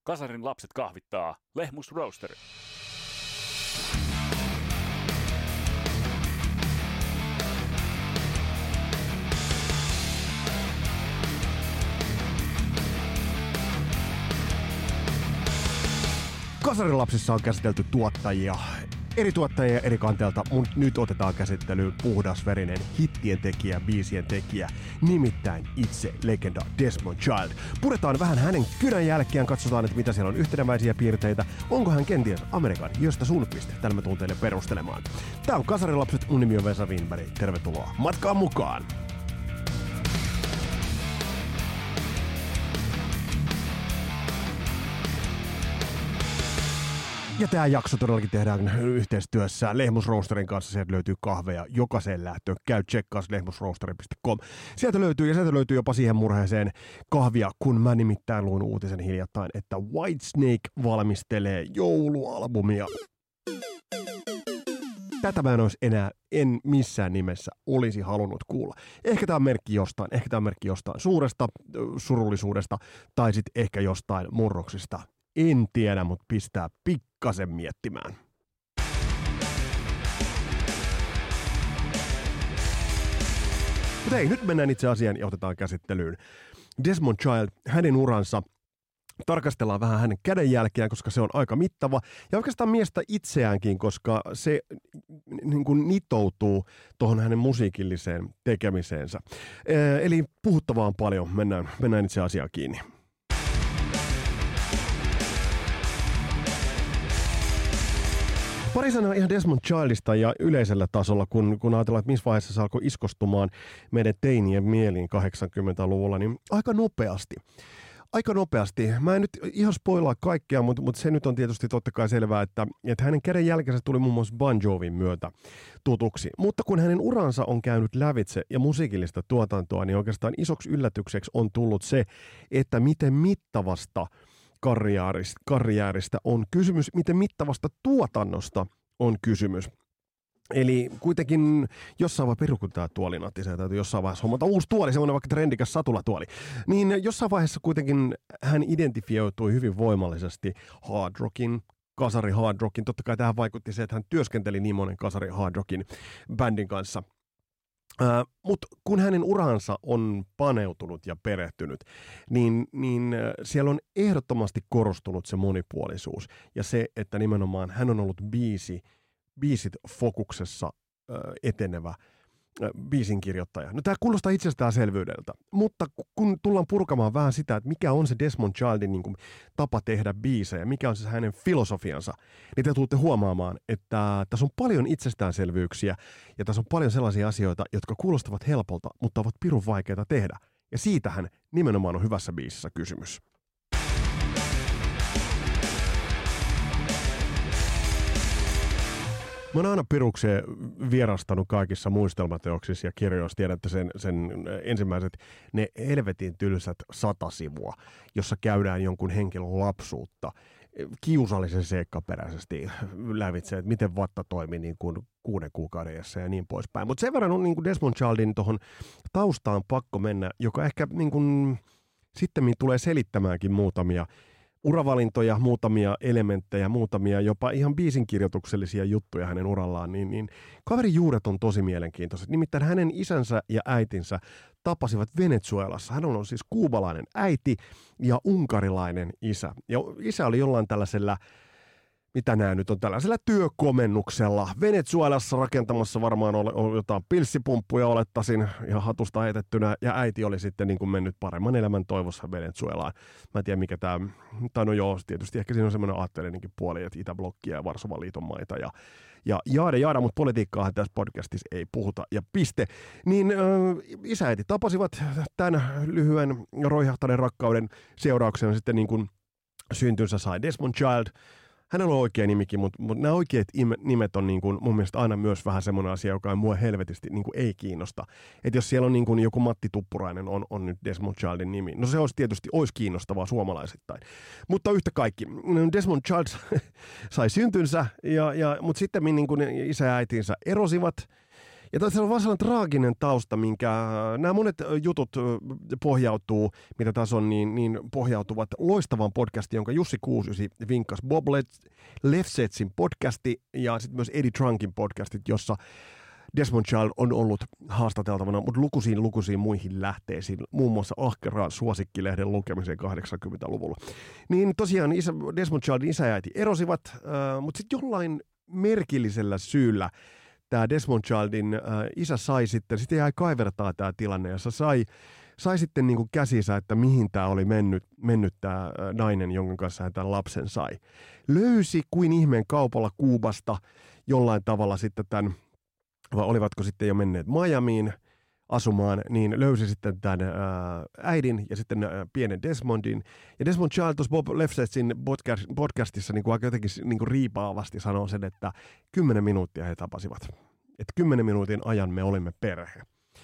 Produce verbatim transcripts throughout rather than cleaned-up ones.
Kasarin lapset kahvittaa. Lehmus Roaster. Kasarin lapsissa on käsitelty tuottajia, eri tuottajia eri kanteelta, mutta nyt otetaan käsittelyyn puhdasverinen hittien tekijä, biisien tekijä, nimittäin itse legenda Desmond Child. Puretaan vähän hänen kynän jälkeen, katsotaan, että mitä siellä on yhteneväisiä piirteitä, onko hän kenties Amerikan Gösta Sundqvist, tällä me tuun teille perustelemaan. Tää on Kasarin lapset, mun nimi on Vesa Wienberg, tervetuloa matkaan mukaan! Ja tämä jakso todellakin tehdään yhteistyössä Lehmus Roasterin kanssa. Sieltä löytyy kahveja jokaiseen lähtöön. Käy tsekkaas lehmus roasteri piste com. Sieltä löytyy ja sieltä löytyy jopa siihen murheeseen kahvia, kun mä nimittäin luin uutisen hiljattain, että Whitesnake valmistelee joulualbumia. Tätä mä en olisi enää, en missään nimessä olisi halunnut kuulla. Ehkä tämä on merkki jostain, ehkä tämä on merkki jostain suuresta surullisuudesta tai sitten ehkä jostain murroksista. En tiedä, mutta pistää pikkasen miettimään. Mutta ei, nyt mennään itse asiaan ja otetaan käsittelyyn Desmond Child, hänen uransa. Tarkastellaan vähän hänen kädenjälkeään, koska se on aika mittava. Ja oikeastaan miestä itseäänkin, koska se niin kuin nitoutuu tuohon hänen musiikilliseen tekemiseensä. Eli puhuttavaa on paljon. Mennään, mennään itse asiaan kiinni. Pari sanaa ihan Desmond Childista ja yleisellä tasolla, kun, kun ajatellaan, että missä vaiheessa se alkoi iskostumaan meidän teinien mieliin kahdeksankymmentäluvulla, niin aika nopeasti. Aika nopeasti. Mä en nyt ihan spoilaa kaikkea, mutta, mutta se nyt on tietysti totta kai selvää, että, että hänen kädenjälkensä tuli muun muassa Bon Jovin myötä tutuksi. Mutta kun hänen uransa on käynyt lävitse ja musiikillista tuotantoa, niin oikeastaan isoksi yllätykseksi on tullut se, että miten mittavasta Karriäristä, karriäristä on kysymys, miten mittavasta tuotannosta on kysymys. Eli kuitenkin jossain vaiheessa peru, kun tämä tuoli nattisee, täytyy jossain vaiheessa hommata uusi tuoli, semmoinen vaikka trendikäs satulatuoli. Niin jossain vaiheessa kuitenkin hän identifioitui hyvin voimallisesti hard rockin, kasari hard rockin. Totta kai tähän vaikutti se, että hän työskenteli niin monen kasari hard rockin bändin kanssa. Uh, Mutta kun hänen uransa on paneutunut ja perehtynyt, niin, niin uh, siellä on ehdottomasti korostunut se monipuolisuus ja se, että nimenomaan hän on ollut biisi, biisit fokuksessa uh, etenevä uh, biisinkirjoittaja. No tämä kuulostaa itsestäänselvyydeltä, mutta kun tullaan purkamaan vähän sitä, että mikä on se Desmond Childin niin kuin, tapa tehdä biisejä, mikä on se hänen filosofiansa, niin te tulette huomaamaan, että tässä on paljon itsestäänselvyyksiä ja tässä on paljon sellaisia asioita, jotka kuulostavat helpolta, mutta ovat pirun vaikeita tehdä. Ja siitähän nimenomaan on hyvässä biisissä kysymys. Mä oon aina pirukseen vierastanut kaikissa muistelmateoksissa ja kirjoissa. Tiedätte sen, sen ensimmäiset, ne helvetin tylsät sata sivua, jossa käydään jonkun henkilön lapsuutta kiusallisen seikkaperäisesti lävitse, että miten vatta toimi niin kuin kuuden kuukauden iässä ja niin poispäin. Mutta sen verran on niin kuin Desmond Childin tuohon taustaan pakko mennä, joka ehkä niin kuin sittemmin tulee selittämäänkin muutamia uravalintoja, muutamia elementtejä, muutamia jopa ihan biisinkirjoituksellisia juttuja hänen urallaan, niin, niin kaverin juuret on tosi mielenkiintoiset. Nimittäin hänen isänsä ja äitinsä tapasivat Venezuelassa. Hän on siis kuubalainen äiti ja unkarilainen isä. Ja isä oli jollain tällaisella, mitä nämä nyt on, tällaisella työkomennuksella Venezuelassa rakentamassa varmaan ole, jotain pilssipumppuja olettaisin ihan hatusta heitettynä, ja äiti oli sitten niin kuin mennyt paremman elämän toivossa Venezuelaan. Mä en tiedä mikä tämä, tai no joo, tietysti ehkä siinä on semmoinen aatteellinenkin puoli, että Itäblokkia ja Varsovan liiton maita ja ja jaada jaada, mutta politiikkaahan tässä podcastissa ei puhuta ja piste. Niin äh, isäiti tapasivat tämän lyhyen roihahtaneen rakkauden seurauksena sitten niin kuin syntynsä sai Desmond Child. Hänellä on oikea nimikin, mutta, mutta nämä oikeat nimet on niin kuin mun mielestä aina myös vähän semmoinen asia, joka mua helvetisti niin kuin ei kiinnosta. Että jos siellä on niin kuin joku Matti Tuppurainen on, on nyt Desmond Childin nimi, no se olisi tietysti olisi kiinnostavaa suomalaisittain. Mutta yhtä kaikki, Desmond Child sai syntynsä, ja, ja, mutta sitten niin kuin isä ja äitinsä erosivat. Ja tässä on vaan sellainen traaginen tausta, minkä nämä monet jutut pohjautuu, mitä tässä on, niin, niin pohjautuvat loistavaan podcastiin, jonka Jussi kuusikymmentäyhdeksän vinkkasi, Bob Lefsetsin podcasti ja sitten myös Eddie Trunkin podcastit, jossa Desmond Child on ollut haastateltavana, mutta lukuisiin lukuisiin muihin lähteisiin, muun muassa ahkeraan suosikkilehden lukemiseen kahdeksankymmentäluvulla. Niin tosiaan isä, Desmond Childin isä ja äiti erosivat, äh, mutta sitten jollain merkillisellä syyllä tämä Desmond Childin äh, isä sai sitten, sitten jäi kaivertaa tämä tilanne, ja sai, sai sitten niinku käsinsä, että mihin tämä oli mennyt, mennyt tämä äh, nainen, jonka kanssa hän tämän lapsen sai. Löysi kuin ihmeen kaupalla Kuubasta jollain tavalla sitten tämän, vai olivatko sitten jo menneet Miamiin asumaan, niin löysi sitten tämän ää, äidin ja sitten ää, pienen Desmondin. Ja Desmond Child tuossa Bob Lefsetsin podcastissa niin kuin aika jotenkin niin kuin riipaavasti sanoo sen, että kymmenen minuuttia he tapasivat. Että kymmenen minuutin ajan me olimme perhe.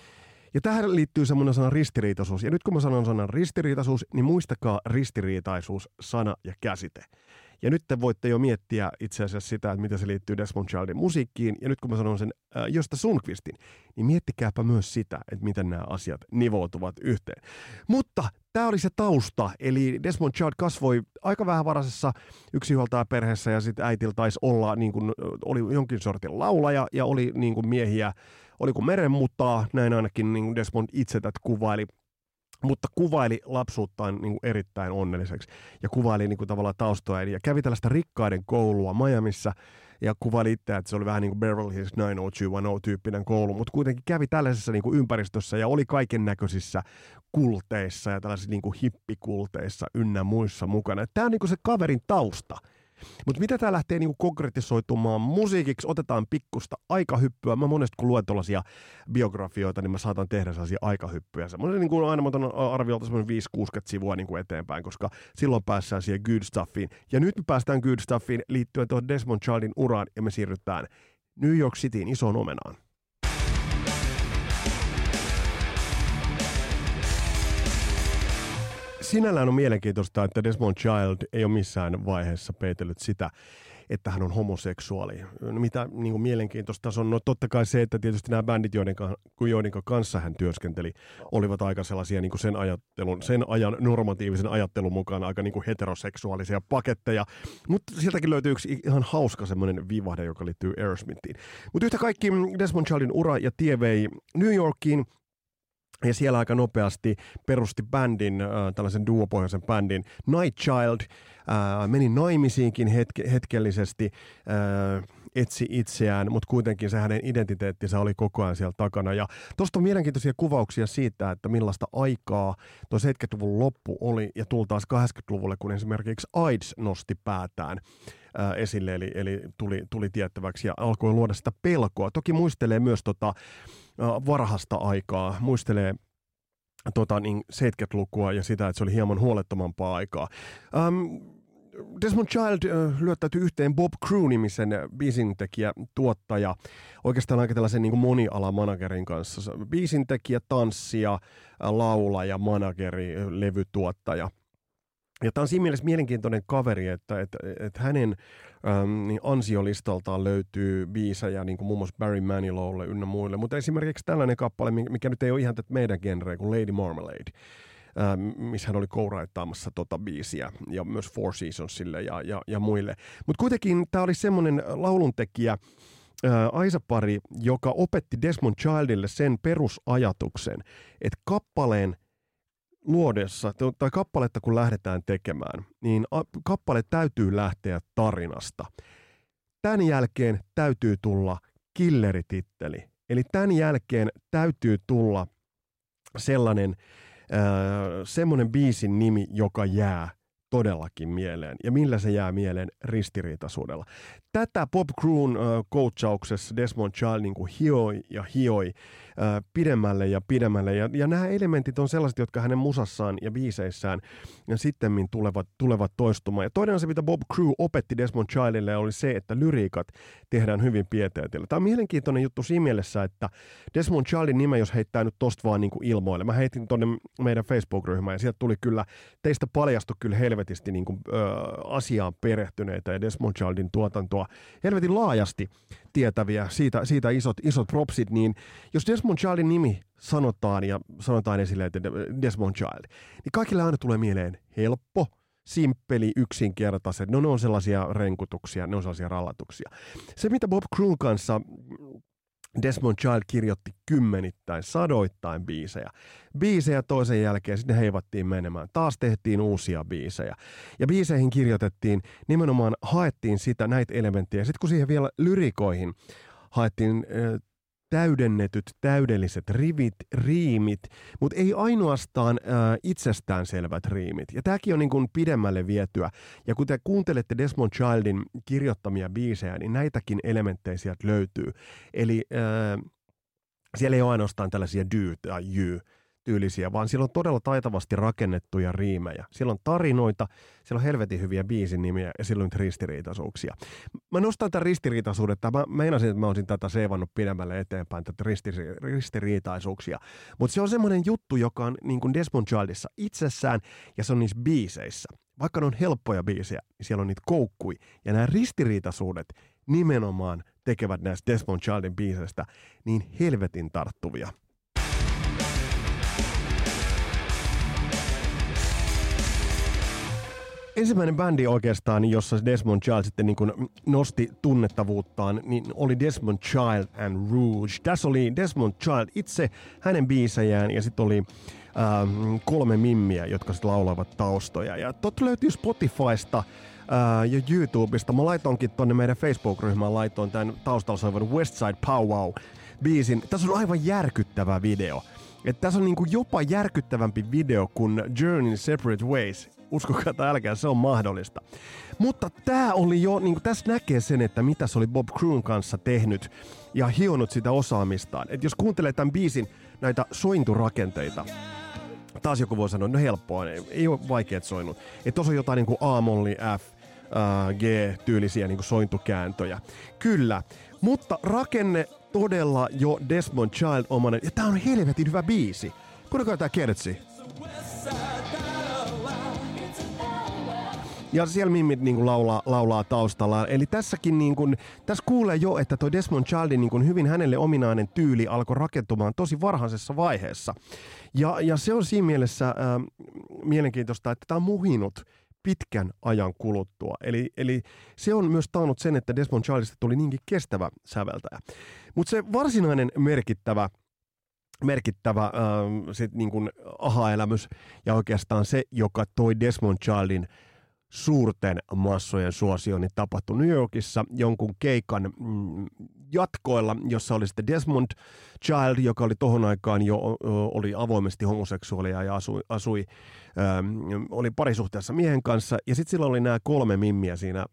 Ja tähän liittyy semmoinen sana ristiriitaisuus. Ja nyt kun mä sanon sanan ristiriitaisuus, niin muistakaa ristiriitaisuus, sana ja käsite. Ja nyt te voitte jo miettiä itse asiassa sitä, että miten se liittyy Desmond Childin musiikkiin. Ja nyt kun mä sanon sen äh, Josta Sundqvistin, niin miettikääpä myös sitä, että miten nämä asiat nivoutuvat yhteen. Mutta tämä oli se tausta, eli Desmond Child kasvoi aika vähävaraisessa yksinhuoltajaperheessä ja sitten äitillä taisi olla, niin kuin, oli jonkin sortin laulaja ja oli niin kuin miehiä, oli kuin merenmutaa, näin ainakin niin kuin Desmond itse tätä kuvaili. Mutta kuvaili lapsuuttaan niin kuin erittäin onnelliseksi ja kuvaili niin kuin tavallaan taustoja ja kävi tällaista rikkaiden koulua Miamissa ja kuvaili itse, että se oli vähän niin kuin Beverly Hills nine oh two one oh tyyppinen koulu, mutta kuitenkin kävi tällaisessa niin kuin ympäristössä ja oli kaiken näköisissä kulteissa ja tällaisissa niin kuin hippikulteissa ynnä muissa mukana. Tämä on niin kuin se kaverin tausta. Mutta mitä tämä lähtee niinku konkretisoitumaan musiikiksi, otetaan pikkusta aikahyppyä. Mä monesti kun luen tuollaisia biografioita, niin mä saatan tehdä sellaisia aikahyppyjä. Semmoinen niin kuin aina mä otan arviolta semmoinen viisi kuusikymmentä sivua niin kuin eteenpäin, koska silloin päästään siihen good stuffiin. Ja nyt me päästään good stuffiin liittyen tuohon Desmond Childin uraan ja me siirrytään New York Cityin isoon omenaan. Sinällään on mielenkiintoista, että Desmond Child ei ole missään vaiheessa peitellyt sitä, että hän on homoseksuaali. Mitä niin kuin mielenkiintoista on, no totta kai se, että tietysti nämä bändit, joiden, joiden kanssa hän työskenteli, olivat aika sellaisia niin kuin sen, ajattelun, sen ajan normatiivisen ajattelun mukaan aika niin kuin heteroseksuaalisia paketteja. Mutta sieltäkin löytyy yksi ihan hauska semmoinen vivahde, joka liittyy Aerosmithiin. Mutta yhtä kaikki Desmond Childin ura ja tie vei New Yorkiin. Ja siellä aika nopeasti perusti bändin, äh, tällaisen duopohjaisen bändin Night Child, äh, meni naimisiinkin hetke- hetkellisesti, äh, etsi itseään, mutta kuitenkin se hänen identiteettinsä oli koko ajan siellä takana. Ja tuosta on mielenkiintoisia kuvauksia siitä, että millaista aikaa tuo seitsemänkymmentäluvun loppu oli ja tultaas kahdeksankymmentäluvulle, kun esimerkiksi AIDS nosti päätään äh, esille, eli, eli tuli, tuli tiettäväksi ja alkoi luoda sitä pelkoa. Toki muistelee myös tota, varhasta aikaa, muistelee tota, niin seitsemänkymmentälukua ja sitä, että se oli hieman huolettomampaa aikaa. Um, Desmond Child uh, lyöttäytyi yhteen Bob Crew-nimisen biisintekijä, tuottaja, oikeastaan aika tällaisen niin kuin monialamanagerin kanssa. Biisintekijä, tanssija, laulaja, manageri, levytuottaja. Ja tämä on siinä mielessä mielenkiintoinen kaveri, että, että, että hänen äm, niin ansiolistaltaan löytyy biisejä niin kuin muun muassa Barry Manilowlle ynnä muille, mutta esimerkiksi tällainen kappale, mikä nyt ei ole ihan tätä meidän genreä, kuin Lady Marmalade, äm, missä hän oli kouraittaamassa tota biisiä ja myös Four Seasonsille ja, ja, ja muille. Mutta kuitenkin tämä oli semmoinen lauluntekijä, ää, Aisa-pari, joka opetti Desmond Childille sen perusajatuksen, että kappaleen luodessa, tai kappaletta kun lähdetään tekemään, niin kappale täytyy lähteä tarinasta. Tämän jälkeen täytyy tulla killerititteli. Eli tämän jälkeen täytyy tulla sellainen äh, semmoinen biisin nimi, joka jää todellakin mieleen. Ja millä se jää mieleen? Ristiriitaisuudella. Tätä Bob Crewn äh, coachauksessa Desmond Child niin kuin hioi ja hioi äh, pidemmälle ja pidemmälle. Ja, ja nämä elementit on sellaiset, jotka hänen musassaan ja biiseissään ja sittemmin tulevat, tulevat toistumaan. Ja toinen asia, mitä Bob Crew opetti Desmond Childille, oli se, että lyriikat tehdään hyvin pieteetillä. Tämä on mielenkiintoinen juttu siinä mielessä, että Desmond Childin nime, jos heittää nyt tosta vaan niin kuin ilmoille. Mä heitin tuonne meidän Facebook-ryhmään ja sieltä tuli kyllä, teistä paljastui kyllä helvetin helvetisti niin kuin, ö, asiaan perehtyneitä ja Desmond Childin tuotantoa helvetin laajasti tietäviä, siitä, siitä isot, isot propsit, niin jos Desmond Childin nimi sanotaan ja sanotaan esille, että Desmond Child, niin kaikille aina tulee mieleen helppo, simppeli, yksinkertaiset, no ne on sellaisia renkutuksia, ne on sellaisia rallatuksia. Se, mitä Bob Crue kanssa Desmond Child kirjoitti kymmenittäin, sadoittain biisejä. Biisejä toisen jälkeen, sitten heivattiin menemään. Taas tehtiin uusia biisejä. Ja biiseihin kirjoitettiin, nimenomaan haettiin sitä, näitä elementtejä. Sitten kun siihen vielä lyrikoihin haettiin äh, täydennetyt, täydelliset rivit, riimit, mutta ei ainoastaan äh, itsestäänselvät riimit. Ja tämäkin on niin kuin pidemmälle vietyä. Ja kun te kuuntelette Desmond Childin kirjoittamia biisejä, niin näitäkin elementtejä sieltä löytyy. Eli äh, siellä ei ole ainoastaan tällaisia dy tai jy tyylisiä, vaan siellä on todella taitavasti rakennettuja riimejä. Siellä on tarinoita, siellä on helvetin hyviä biisin nimiä ja siellä on nyt ristiriitaisuuksia. Mä nostan tämän ristiriitaisuuden, että mä meinasin, että mä olisin tätä seivannut pidemmälle eteenpäin, tätä ristiri- ristiriitaisuuksia. Mutta se on semmoinen juttu, joka on niin kuin Desmond Childissa itsessään ja se on niissä biiseissä. Vaikka ne on helppoja biisejä, niin siellä on niitä koukkui. Ja nämä ristiriitaisuudet nimenomaan tekevät näistä Desmond Childin biiseistä niin helvetin tarttuvia. Ensimmäinen bändi oikeastaan, jossa Desmond Child sitten niin kuin nosti tunnettavuuttaan, niin oli Desmond Child and Rouge. Tässä oli Desmond Child itse, hänen biisejään ja sitten oli ähm, kolme mimmiä, jotka sitten laulavat taustoja. Ja totta löytyy Spotifysta äh, ja YouTubesta. Mä laitoinkin tonne meidän Facebook-ryhmään, laitoin tämän taustalla soivan Westside Powwow-biisin. Tässä on aivan järkyttävä video. Et tässä on niinku jopa järkyttävämpi video kuin Journey Separate Ways. Uskokaa tai älkää, se on mahdollista. Mutta tää oli jo, niinku tässä näkee sen, että mitä se oli Bob Cruen kanssa tehnyt ja hionut sitä osaamistaan. Et jos kuuntelee tämän biisin näitä sointurakenteita, taas joku voi sanoa, no helppoa, ei, ei ole vaikeat soinut. Että tossa on jotain niinku A-molli, F, uh, G-tyylisiä niinku sointukääntöjä. Kyllä, mutta rakenne todella jo Desmond Child-omainen. Ja tää on helvetin hyvä biisi. Kuunnelkaa tää kertsi. Ja siellä mimmit niin laulaa, laulaa taustalla. Eli tässäkin niin kuin, tässä kuulee jo, että toi Desmond Childin niin kuin hyvin hänelle ominainen tyyli alkoi rakentumaan tosi varhaisessa vaiheessa. Ja, ja se on siinä mielessä äh, mielenkiintoista, että tämä on muhinut pitkän ajan kuluttua. Eli, eli se on myös taannut sen, että Desmond Childista tuli niinkin kestävä säveltäjä. Mutta se varsinainen merkittävä merkittävä äh, sit niin kuin aha-elämys ja oikeastaan se, joka toi Desmond Childin suurten massojen suosioon, niin tapahtui New Yorkissa jonkun keikan mm, jatkoilla, jossa oli sitten Desmond Child, joka oli tohon aikaan jo o, oli avoimesti homoseksuaalia ja asui, asui ähm, oli parisuhteessa miehen kanssa, ja sitten sillä oli nämä kolme mimmiä siinä,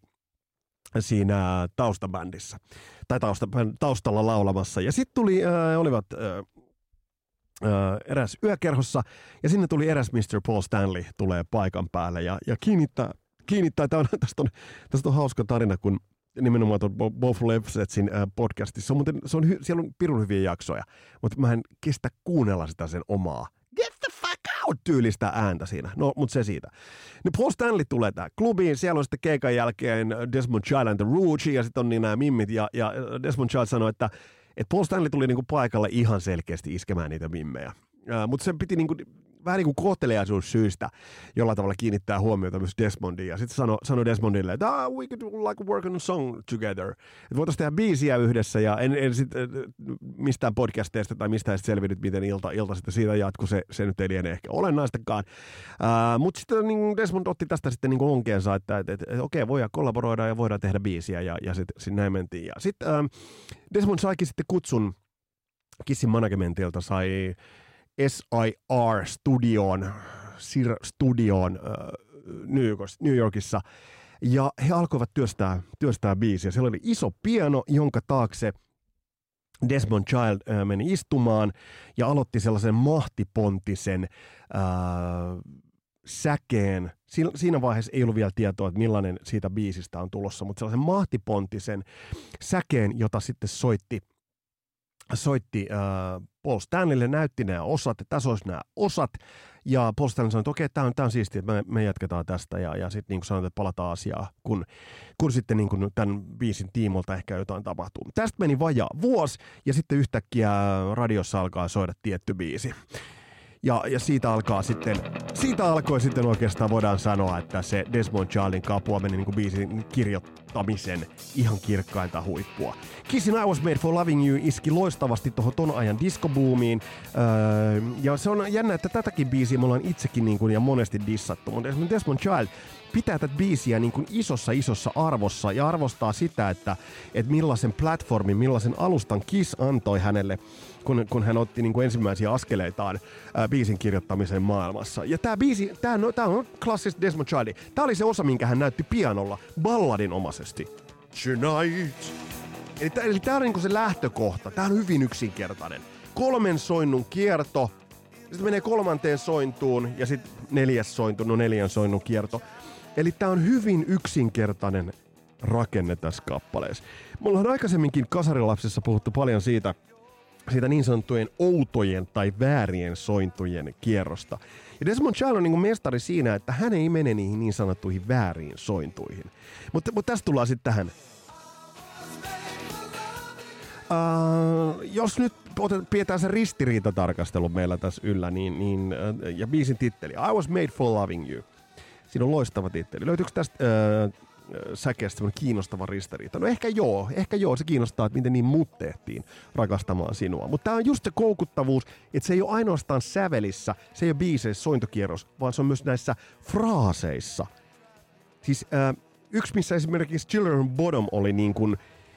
siinä taustabändissä, tai tausta, taustalla laulamassa, ja sitten tuli, äh, olivat äh, äh, eräs yökerhossa, ja sinne tuli eräs mister Paul Stanley tulee paikan päälle, ja, ja kiinnittää Kiinnittää, tämä on, tästä, on, tästä on hauska tarina, kun nimenomaan tuon Bob Lefsetsin äh, podcastissa, se on, muuten, se on, siellä on pirun hyviä jaksoja, mutta mä en kestä kuunnella sitä sen omaa get the fuck out -tyylistä ääntä siinä, no mutta se siitä. Niin Paul Stanley tulee tähän klubiin, siellä on sitten keikan jälkeen Desmond Child and the Rouge, ja sitten on niin nämä mimmit, ja, ja Desmond Child sanoi, että, että Paul Stanley tuli niinku paikalle ihan selkeästi iskemään niitä mimmejä, äh, mutta sen piti niinku vähän niin kuin kohteliaisuussyistä jollain tavalla kiinnittää huomiota myös Desmondiin. Ja sitten sanoi sano Desmondille, että ah, we could like work on a song together. Että voitaisiin tehdä biisiä yhdessä. Ja en, en sit, mistään podcasteista tai mistään sitten selvinnyt, miten ilta, ilta sitten siitä jatkuu. Se, se nyt ei liene ehkä olennaistakaan. Uh, Mutta sitten niin Desmond otti tästä sitten niin onkeensa, että et, et, et, okei, okay, voidaan kollaboroida ja voidaan tehdä biisiä. Ja, ja sitten sit näin mentiin. Ja sitten uh, Desmond saikin sitten kutsun Kissin managementilta, sai S I R-studioon, S I R-studioon äh, New Yorkissa, ja he alkoivat työstää, työstää biisiä. Siellä oli iso piano, jonka taakse Desmond Child äh, meni istumaan, ja aloitti sellaisen mahtipontisen äh, säkeen. Si- siinä vaiheessa ei ollut vielä tietoa, että millainen siitä biisistä on tulossa, mutta sellaisen mahtipontisen säkeen, jota sitten soitti soitti äh, Paul Stanleylle, näytti nämä osat, että tässä olisi nämä osat, ja Paul Stanley sanoi, että okei, tämä on, tämä on siistiä, että me, me jatketaan tästä, ja, ja sitten niin sanoin, että palataan asiaan, kun, kun sitten niin kuin tämän biisin tiimolta ehkä jotain tapahtuu. Tästä meni vajaa vuosi, ja sitten yhtäkkiä radiossa alkaa soida tietty biisi. Ja, ja siitä alkaa sitten, siitä alkoi sitten oikeastaan voidaan sanoa, että se Desmond Childin kapua meni niin kuin biisin kirjoittamisen ihan kirkkainta huippua. Kissin I Was Made For Loving You iski loistavasti tuohon ton ajan diskoboomiin. Öö, ja se on jännä, että tätäkin biisiä me ollaan itsekin niin kuin ja monesti dissattu. Mutta Desmond Child pitää tätä biisiä niin kuin isossa isossa arvossa ja arvostaa sitä, että, että millaisen platformin, millaisen alustan Kiss antoi hänelle, kun, kun hän otti niin kuin ensimmäisiä askeleitaan ää, biisin kirjoittamisen maailmassa. Ja tää biisi, tää, no, tää on klassista Desmond Childi. Tää oli se osa, minkä hän näytti pianolla balladinomaisesti. Tonight. Eli tää, eli tää on niin kuin se lähtökohta. Tää on hyvin yksinkertainen. Kolmen soinnun kierto. Sitten menee kolmanteen sointuun ja sitten neljäs sointu, no neljän soinnun kierto. Eli tää on hyvin yksinkertainen rakenne tässä kappaleessa. Me ollaan aikaisemminkin Kasarilapsissa puhuttu paljon siitä, siitä niin sanottujen outojen tai väärien sointujen kierrosta. Ja Desmond Child on niin kuin mestari siinä, että hän ei mene niihin niin sanottuihin vääriin sointuihin. Mutta, mutta tästä tullaan sitten tähän. Uh, jos nyt otet, pidetään se ristiriitatarkastelu meillä tässä yllä, niin, niin, uh, ja biisin titteli, I Was Made For Loving You. Siinä on loistava titteli. Löytyykö tästä uh, säkeestä semmoinen kiinnostava ristiriita? No ehkä joo, ehkä joo, se kiinnostaa, että miten niin mut tehtiin rakastamaan sinua. Mutta tää on just se koukuttavuus, että se ei ole ainoastaan sävelissä, se ei ole biiseissä sointokierros, vaan se on myös näissä fraaseissa. Siis uh, yksi, missä esimerkiksi Children Bottom oli niin kuin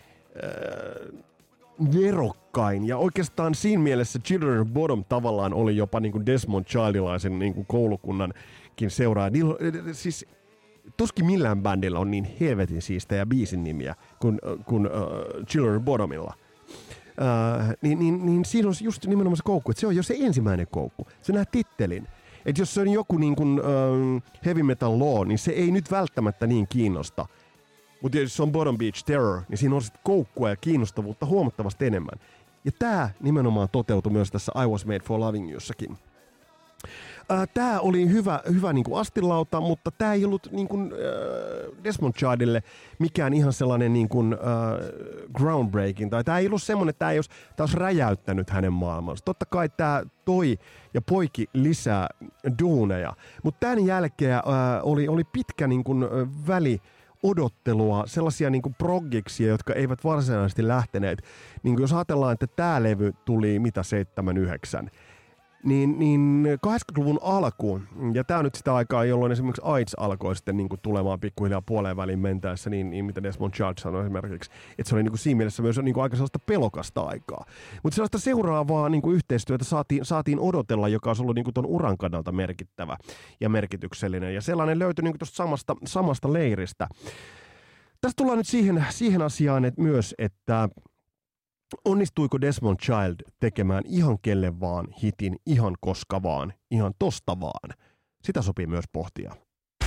uh, nerokkain, ja oikeastaan siinä mielessä Children Bottom tavallaan oli jopa niin kuin Desmond Childilaisen niin kuin koulukunnankin seuraaja. Siis tuskin millään bändillä on niin helvetin siistejä biisin nimiä kuin, kuin uh, Children Bottomilla. Uh, niin, niin, niin siinä on just nimenomaan se koukku, että se on jo se ensimmäinen koukku. Se näet tittelin. Että jos se on joku niin kuin uh, Heavy Metal Law, niin se ei nyt välttämättä niin kiinnosta. Mutta jos se on Bottom Beach Terror, niin siinä on sitten koukkua ja kiinnostavuutta huomattavasti enemmän. Ja tää nimenomaan toteutui myös tässä I Was Made For Loving Youssakin. Äh, tää oli hyvä, hyvä niin kuin astinlauta, mutta tää ei ollut niin kuin, äh, Desmond Childille mikään ihan sellainen niin kuin, äh, groundbreaking. Tai tää ei ollut semmoinen, että tää ei olisi, tää olisi räjäyttänyt hänen maailmansa. Totta kai tää toi ja poiki lisää duuneja. Mutta tämän jälkeen äh, oli, oli pitkä niin kuin, äh, väli odottelua, sellaisia niinku proggiksia, jotka eivät varsinaisesti lähteneet. Niin jos ajatellaan, että tämä levy tuli mitä seitsemän yhdeksän, niin, niin kahdeksankymmentäluvun alkuun, ja tämä on nyt sitä aikaa, jolloin esimerkiksi AIDS alkoi sitten niinku tulemaan pikkuhiljaa puoleen väliin mentäessä, niin, niin mitä Desmond Child sanoi esimerkiksi, että se oli niinku siinä mielessä myös niinku aika sellaista pelokasta aikaa. Mutta sellaista seuraavaa niinku yhteistyötä saatiin, saatiin odotella, joka olisi ollut niinku ton uran kannalta merkittävä ja merkityksellinen, ja sellainen löytyi niinku tuosta samasta, samasta leiristä. Tästä tullaan nyt siihen, siihen asiaan että myös, että onnistuiko Desmond Child tekemään ihan kelle vaan hitin, ihan koska vaan, ihan tosta vaan? Sitä sopii myös pohtia.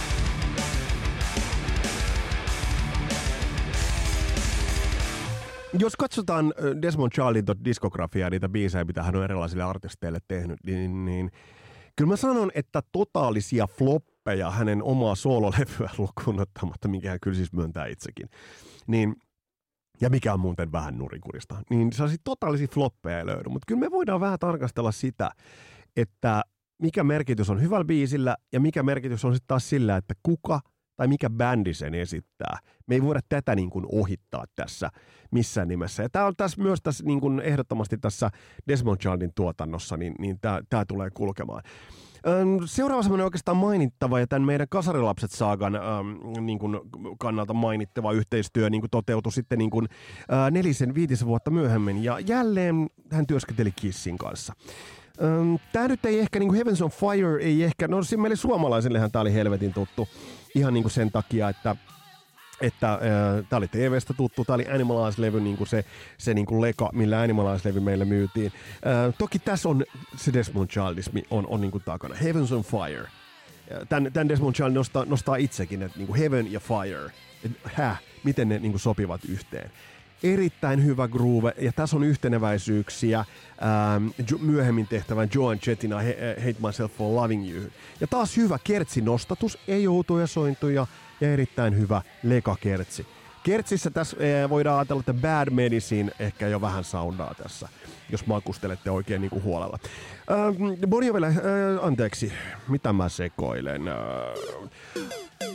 Jos katsotaan Desmond Childin diskografiaa, niitä biisejä, mitä hän on erilaisille artisteille tehnyt, niin, niin kyllä mä sanon, että totaalisia floppeja hänen omaa soololevyä lukuun ottamatta, minkä hän kyllä siis myöntää itsekin, niin ja mikä on muuten vähän nurinkurista, niin sellaisia totaalisia floppeja ei löydy. Mutta kyllä me voidaan vähän tarkastella sitä, että mikä merkitys on hyvällä biisillä ja mikä merkitys on sitten taas sillä, että kuka tai mikä bändi sen esittää. Me ei voida tätä niin kuin ohittaa tässä missään nimessä. Ja tämä on tässä myös tässä niin kuin ehdottomasti tässä Desmond Childin tuotannossa, niin, niin tämä tulee kulkemaan. Seuraava semmoinen oikeastaan mainittava ja tämän meidän Kasarilapset-saagan ähm, niin kuin kannalta mainittava yhteistyö niin kuin toteutui sitten niin kuin, äh, nelisen, viitisen vuotta myöhemmin. Ja jälleen hän työskenteli Kissin kanssa. Ähm, tämä nyt ei ehkä, niin kuin Heavens on Fire, ei ehkä, no meille suomalaisillehan tämä oli helvetin tuttu ihan niin kuin sen takia, että että äh, tämä oli T V:stä tuttu, tämä oli Animalize-levy, niin kuin se, se niin kuin leka, millä Animalize-levy meille myytiin. Äh, toki tässä on se Desmond Childismi on, on niin kuin takana. Heavens on Fire. Tän, tän Desmond Child nostaa, nostaa itsekin, että niin kuin Heaven ja Fire. Et, häh, miten ne niin kuin sopivat yhteen. erittäin hyvä groove, ja tässä on yhteneväisyyksiä ähm, jo, myöhemmin tehtävän Joan Jettin Hate Myself for Loving You. Ja taas hyvä kertsinostatus, ei outoja sointuja, ja erittäin hyvä lekakertsi. Kertsissä tässä eh, voidaan ajatella, että Bad Medicine ehkä jo vähän soundaa tässä, jos makustelette oikein niin kuin huolella. Ähm, Bon Joville, äh, anteeksi, mitä mä sekoilen? Äh,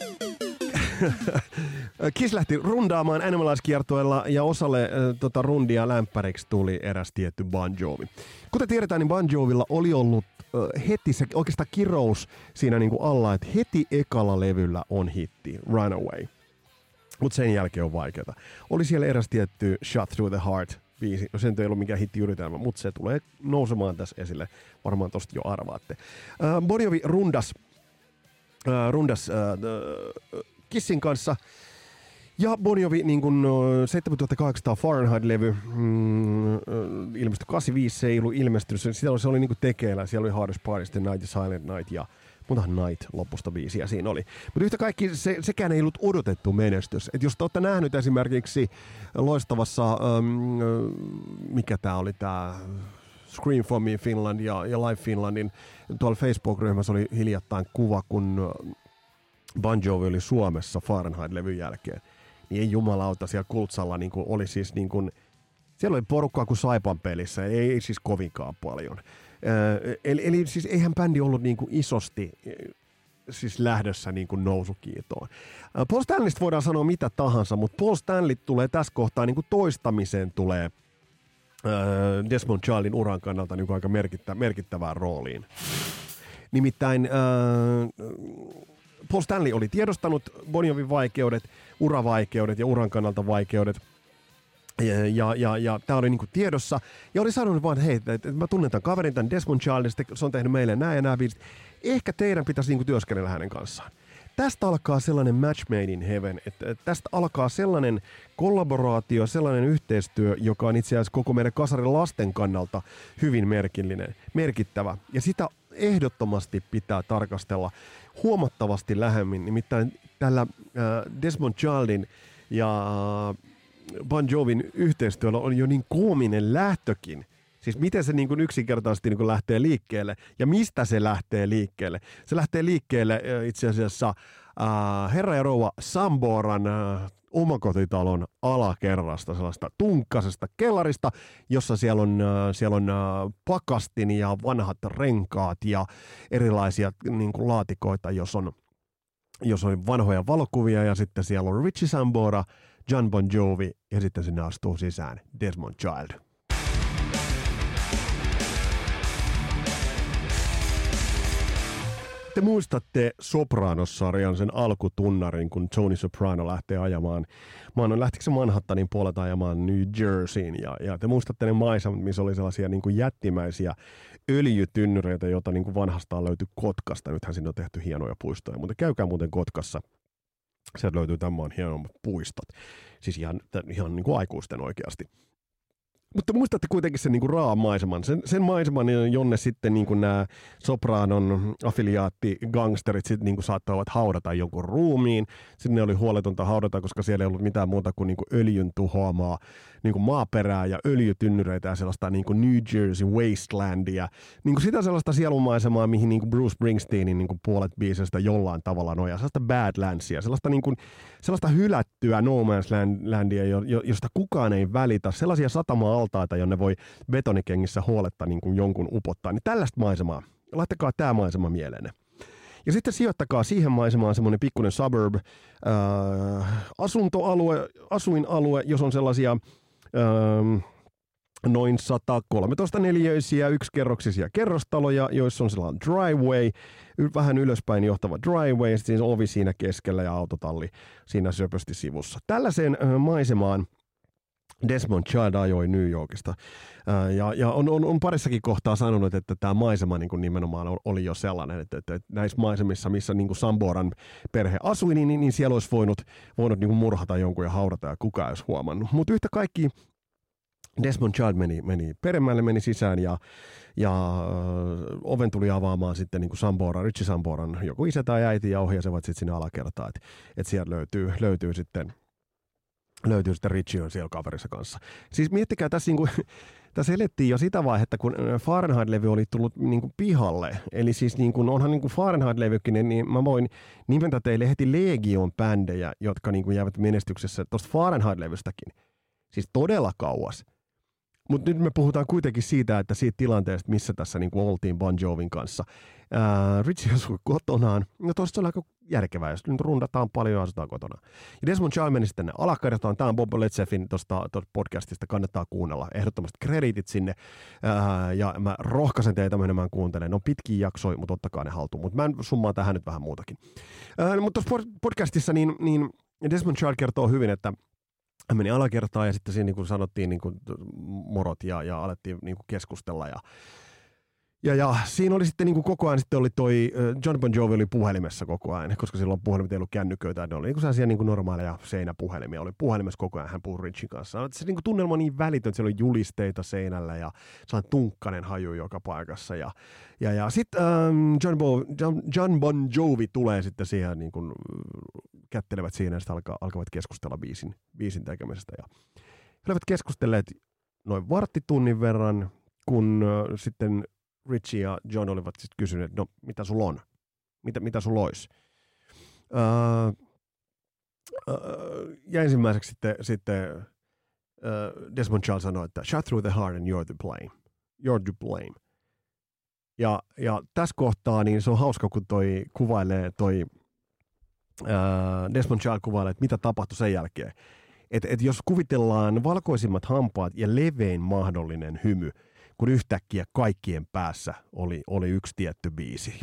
Kiss lähti rundaamaan Animalize-kiertueella ja osalle äh, tota rundia lämpäriksi tuli eräs tietty Bon Jovi. Kuten tiedetään, niin Bon Jovilla oli ollut äh, heti se oikeastaan kirous siinä niin kuin alla, että heti ekalla levyllä on hitti, Runaway. Mutta sen jälkeen on vaikeata. Oli siellä eräs tietty Shot Through the Heart biisi. No sen ei ollut mikään hittiyritelmä, mutta se tulee nousemaan tässä esille. Varmaan tosta jo arvaatte. Uh, Bon Jovi rundas, uh, rundas uh, uh, Kissin kanssa. Ja Bon Jovi, niin kuin seitsemäntuhattakahdeksansataa Fahrenheit-levy, mm, ilmestyi kahdeksankymmentäviisi, se ei ollut ilmestynyt. Se oli, se oli niin kuin tekeillä. Siellä oli Hardest Party, The Night ja Silent Night ja muutahan Night lopusta biisiä siinä oli. Mutta yhtä kaikki se, sekään ei ollut odotettu menestys. Et jos te olette nähnyt esimerkiksi loistavassa, ähm, mikä tää oli tää Scream for Me Finland ja, ja Live Finlandin, tuolla Facebook-ryhmässä oli hiljattain kuva, kun Bon Jovi oli Suomessa Fahrenheit-levyn jälkeen. Niin ei jumalauta, siellä Kultsalla niin kuin oli siis niin kuin, siellä oli porukkaa kuin Saipan pelissä, ei, ei siis kovinkaan paljon. Äh, eli, eli siis eihän bändi ollut niin kuin isosti siis lähdössä niin kuin nousukiitoon. Äh, Paul Stanleysta voidaan sanoa mitä tahansa, mutta Paul Stanley tulee tässä kohtaa niin kuin toistamiseen tulee äh, Desmond Childin uran kannalta niin kuin aika merkittä, merkittävään rooliin. Nimittäin äh, Paul Stanley oli tiedostanut Bon Jovin vaikeudet, uravaikeudet ja uran kannalta vaikeudet. Ja, ja, ja, ja tämä oli niinku tiedossa. Ja oli sanonut vaan, että hei, että, että mä tunnen tämän kaverin, tämän Desmond Childin, se on tehnyt meille nämä ja nämä biisit. Ehkä teidän pitäisi niinku työskennellä hänen kanssaan. Tästä alkaa sellainen match made in heaven, että tästä alkaa sellainen kollaboraatio, sellainen yhteistyö, joka on itse asiassa koko meidän kasarin lasten kannalta hyvin merkillinen, merkittävä. Ja sitä ehdottomasti pitää tarkastella huomattavasti lähemmin. Nimittäin tällä äh, Desmond Childin ja äh, Bon Jovin yhteistyöllä on jo niin koominen lähtökin. Siis miten se niin kuin yksinkertaisesti niin kuin lähtee liikkeelle ja mistä se lähtee liikkeelle. Se lähtee liikkeelle äh, itse asiassa äh, herra ja rouva Samboran äh, omakotitalon alakerrasta, sellaista tunkkasesta kellarista, jossa siellä on, äh, siellä on äh, pakastin ja vanhat renkaat ja erilaisia niin kuin laatikoita, jos on, jos on vanhoja valokuvia ja sitten siellä on Richie Sambora, John Bon Jovi ja sitten sinne astuu sisään Desmond Child. Te muistatte Sopranos-sarjan sen alkutunnarin, kun Tony Soprano lähtee ajamaan, maan, lähtikö se Manhattanin puolelta ajamaan New Jerseyin, ja, ja te muistatte ne maisemat, missä oli sellaisia niin kuin jättimäisiä öljytynnyreitä, joita niin kuin vanhastaan löytyi Kotkasta. Nythän sinne on tehty hienoja puistoja, mutta käykää muuten Kotkassa. Sieltä löytyy tämän hienommat puistot. Siis ihan, ihan niin kuin aikuisten oikeasti. Mutta muistatte kuitenkin sen niin kuin raan maiseman. Sen, sen maiseman, jonne sitten niin kuin nämä Sopranon affiliaattigangsterit sitten niin kuin saattavat haudata jonkun ruumiin. Sitten ne oli huoletonta haudata, koska siellä ei ollut mitään muuta kuin, niin kuin öljyn tuhoamaa niin kuin maaperää ja öljytynnyreitä ja sellaista niin kuin New Jersey wastelandia. Niin kuin sitä sellaista sielunmaisemaa, mihin niin kuin Bruce Springsteenin niin kuin puolet biisestä jollain tavalla nojaa. Sellaista Badlandsia, sellaista, niin kuin, sellaista hylättyä No Man's Landia, josta kukaan ei välitä. Sellaisia satama-altaita, jonne voi betonikengissä huoletta niin kuin jonkun upottaa. Niin tällaista maisemaa. Laittakaa tämä maisema mieleenne. Ja sitten sijoittakaa siihen maisemaan semmoinen pikkuinen suburb, äh, asuntoalue, asuinalue, jos on sellaisia äh, noin sata kolmetoista neliöisiä yksikerroksisia kerrostaloja, joissa on sellainen driveway, vähän ylöspäin johtava driveway, ja sitten ovi siinä keskellä ja autotalli siinä söpösti sivussa. Tällaiseen äh, maisemaan Desmond Child ajoi New Yorkista. Ja, ja on, on, on parissakin kohtaa sanonut, että tämä maisema niin kuin nimenomaan oli jo sellainen, että, että näissä maisemissa, missä niin kuin Samboran perhe asui, niin, niin siellä olisi voinut, voinut niin kuin murhata jonkun ja haudata ja kukaan olisi huomannut. Mutta yhtä kaikki Desmond Child meni, meni peremmälle, meni sisään ja, ja oven tuli avaamaan sitten niin kuin Sambora, Richie Samboran joku isä tai äiti ja ohjasivat sitten sinne alakertaan, että, että sieltä löytyy, löytyy sitten löytyy sitten Richie on siellä kaverissa kanssa. Siis miettikää tässä niinku, tässä elettiin jo sitä vaihetta, kun Fahrenheit-levy oli tullut niinku pihalle. Eli siis niinku, onhan niinku Fahrenheit-levykin, niin mä voin nimetä teille heti Legion-bändejä, jotka niinku jäävät menestyksessä tuosta Fahrenheit-levystäkin. Siis todella kauas. Mutta nyt me puhutaan kuitenkin siitä, että siitä tilanteesta, missä tässä niinku oltiin Bon Jovin kanssa. Ää, Richie asui kotonaan. No tuosta on aika järkevää, jos nyt rundataan paljon ja asutaan kotona. Ja Desmond Child meni sitten alakertaan. Tämä on Bob Letzeffin tuosta podcastista, kannattaa kuunnella. Ehdottomasti krediitit sinne. Ää, ja mä rohkaisen teitä menemään kuuntelemaan. Ne on pitkiä jaksoja, mutta ottakaa ne haltuun. Mutta mä en summaa tähän nyt vähän muutakin. Ää, mutta tuossa podcastissa niin, niin Desmond Child kertoo hyvin, että hän meni alakertaan ja sitten siinä niin kuin sanottiin niin kuin morot ja, ja alettiin niin kuin keskustella. Ja, ja, ja siinä oli sitten niin kuin koko ajan sitten oli toi, John Bon Jovi oli puhelimessa koko ajan, koska silloin puhelimet ei ollut kännyköitä. Ne oli niin kuin sellaisia niin kuin normaaleja seinäpuhelimia. Oli puhelimessa koko ajan, hän puhui Richin kanssa. Se niin kuin tunnelma on niin välitön, että siellä oli julisteita seinällä ja sellainen tunkkainen haju joka paikassa. Ja, ja, ja sitten ähm, John, Bo, John, John Bon Jovi tulee sitten siihen niin kuin kättelevät siinä ja sitten alka, alkavat keskustella biisin, biisin tekemisestä. Ja he olivat keskustelleet noin varttitunnin verran, kun äh, sitten Richie ja John olivat sitten kysyneet, no mitä sulla on? Mitä, mitä sulla olisi? Äh, äh, ja ensimmäiseksi sitten, sitten äh, Desmond Child sanoi, että shut through the heart and you're to blame. You're to blame. Ja, ja tässä kohtaa niin se on hauska, kun toi kuvailee toi Desmond Child kuvailee, että mitä tapahtui sen jälkeen. Että et jos kuvitellaan valkoisimmat hampaat ja levein mahdollinen hymy, kun yhtäkkiä kaikkien päässä oli, oli yksi tietty biisi.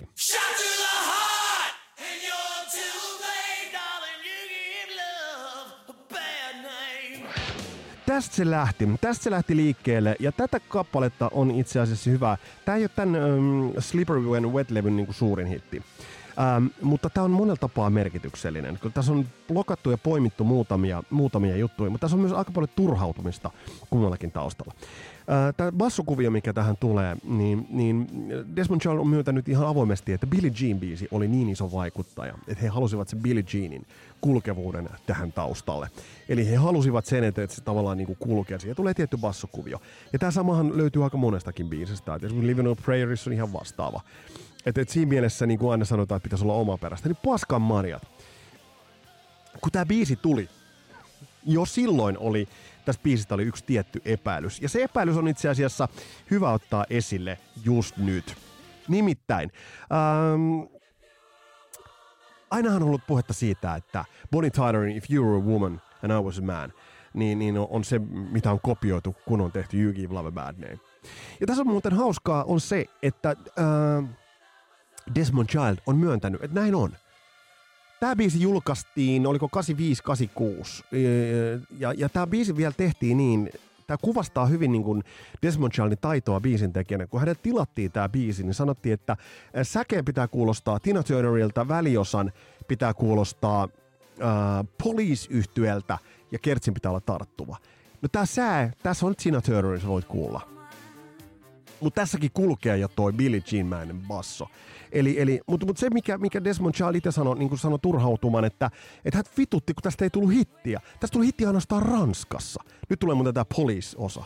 Tästä se lähti. Tästä se lähti liikkeelle, ja tätä kappaletta on itse asiassa hyvä. Tämä ei ole tämän um, Slippery When Wet-levyn niin kuin suurin hitti. Ähm, mutta tämä on monella tapaa merkityksellinen. Tässä on blokattu ja poimittu muutamia, muutamia juttuja, mutta tässä on myös aika paljon turhautumista kummallakin taustalla. Äh, tämä bassokuvio, mikä tähän tulee, niin, niin Desmond Child on myöntänyt ihan avoimesti, että Billie Jean-biisi oli niin iso vaikuttaja, että he halusivat sen Billie Jeanin kulkevuuden tähän taustalle. Eli he halusivat sen, että se tavallaan niin kuin kulkee. Ja tulee tietty bassokuvio. Ja tämä samahan löytyy aika monestakin biisistä. Esimerkiksi Living on a Prayer on ihan vastaava. Että et siinä mielessä, niin kuin aina sanotaan, että pitäisi olla omaperäistä, niin paskan marjat. Kun tämä biisi tuli, jo silloin oli, tästä biisistä oli yksi tietty epäilys. Ja se epäilys on itse asiassa hyvä ottaa esille just nyt. Nimittäin, ähm, ainahan on ollut puhetta siitä, että Bonnie Tylerin If You Were a Woman and I Was a Man, niin, niin on se, mitä on kopioitu, kun on tehty You Give Love a Bad Name. Ja tässä on muuten hauskaa on se, että äh, Desmond Child on myöntänyt, että näin on. Tämä biisi julkaistiin, oliko kahdeksankymmentäviisi kahdeksankymmentäkuusi, ja, ja tämä biisi vielä tehtiin niin, tämä kuvastaa hyvin niin kuin Desmond Childin taitoa biisin tekijänä. Kun hänelle tilattiin tämä biisi, niin sanottiin, että säkeen pitää kuulostaa Tina Turnerilta, väliosan pitää kuulostaa äh, Police-yhtyeltä, ja kertsin pitää olla tarttuva. No tämä sää, tässä on Tina Turner, sä voit kuulla. Mutta tässäkin kulkee jo toi Billie Jean-mäinen basso. Eli, eli, mutta mut se, mikä, mikä Desmond Child itse sanoi, niin kuin sanoi turhautuman, että, että hän vitutti, kun tästä ei tullut hittiä. Tästä tuli hittiä ainoastaan Ranskassa. Nyt tulee muuten tämä Police-osa.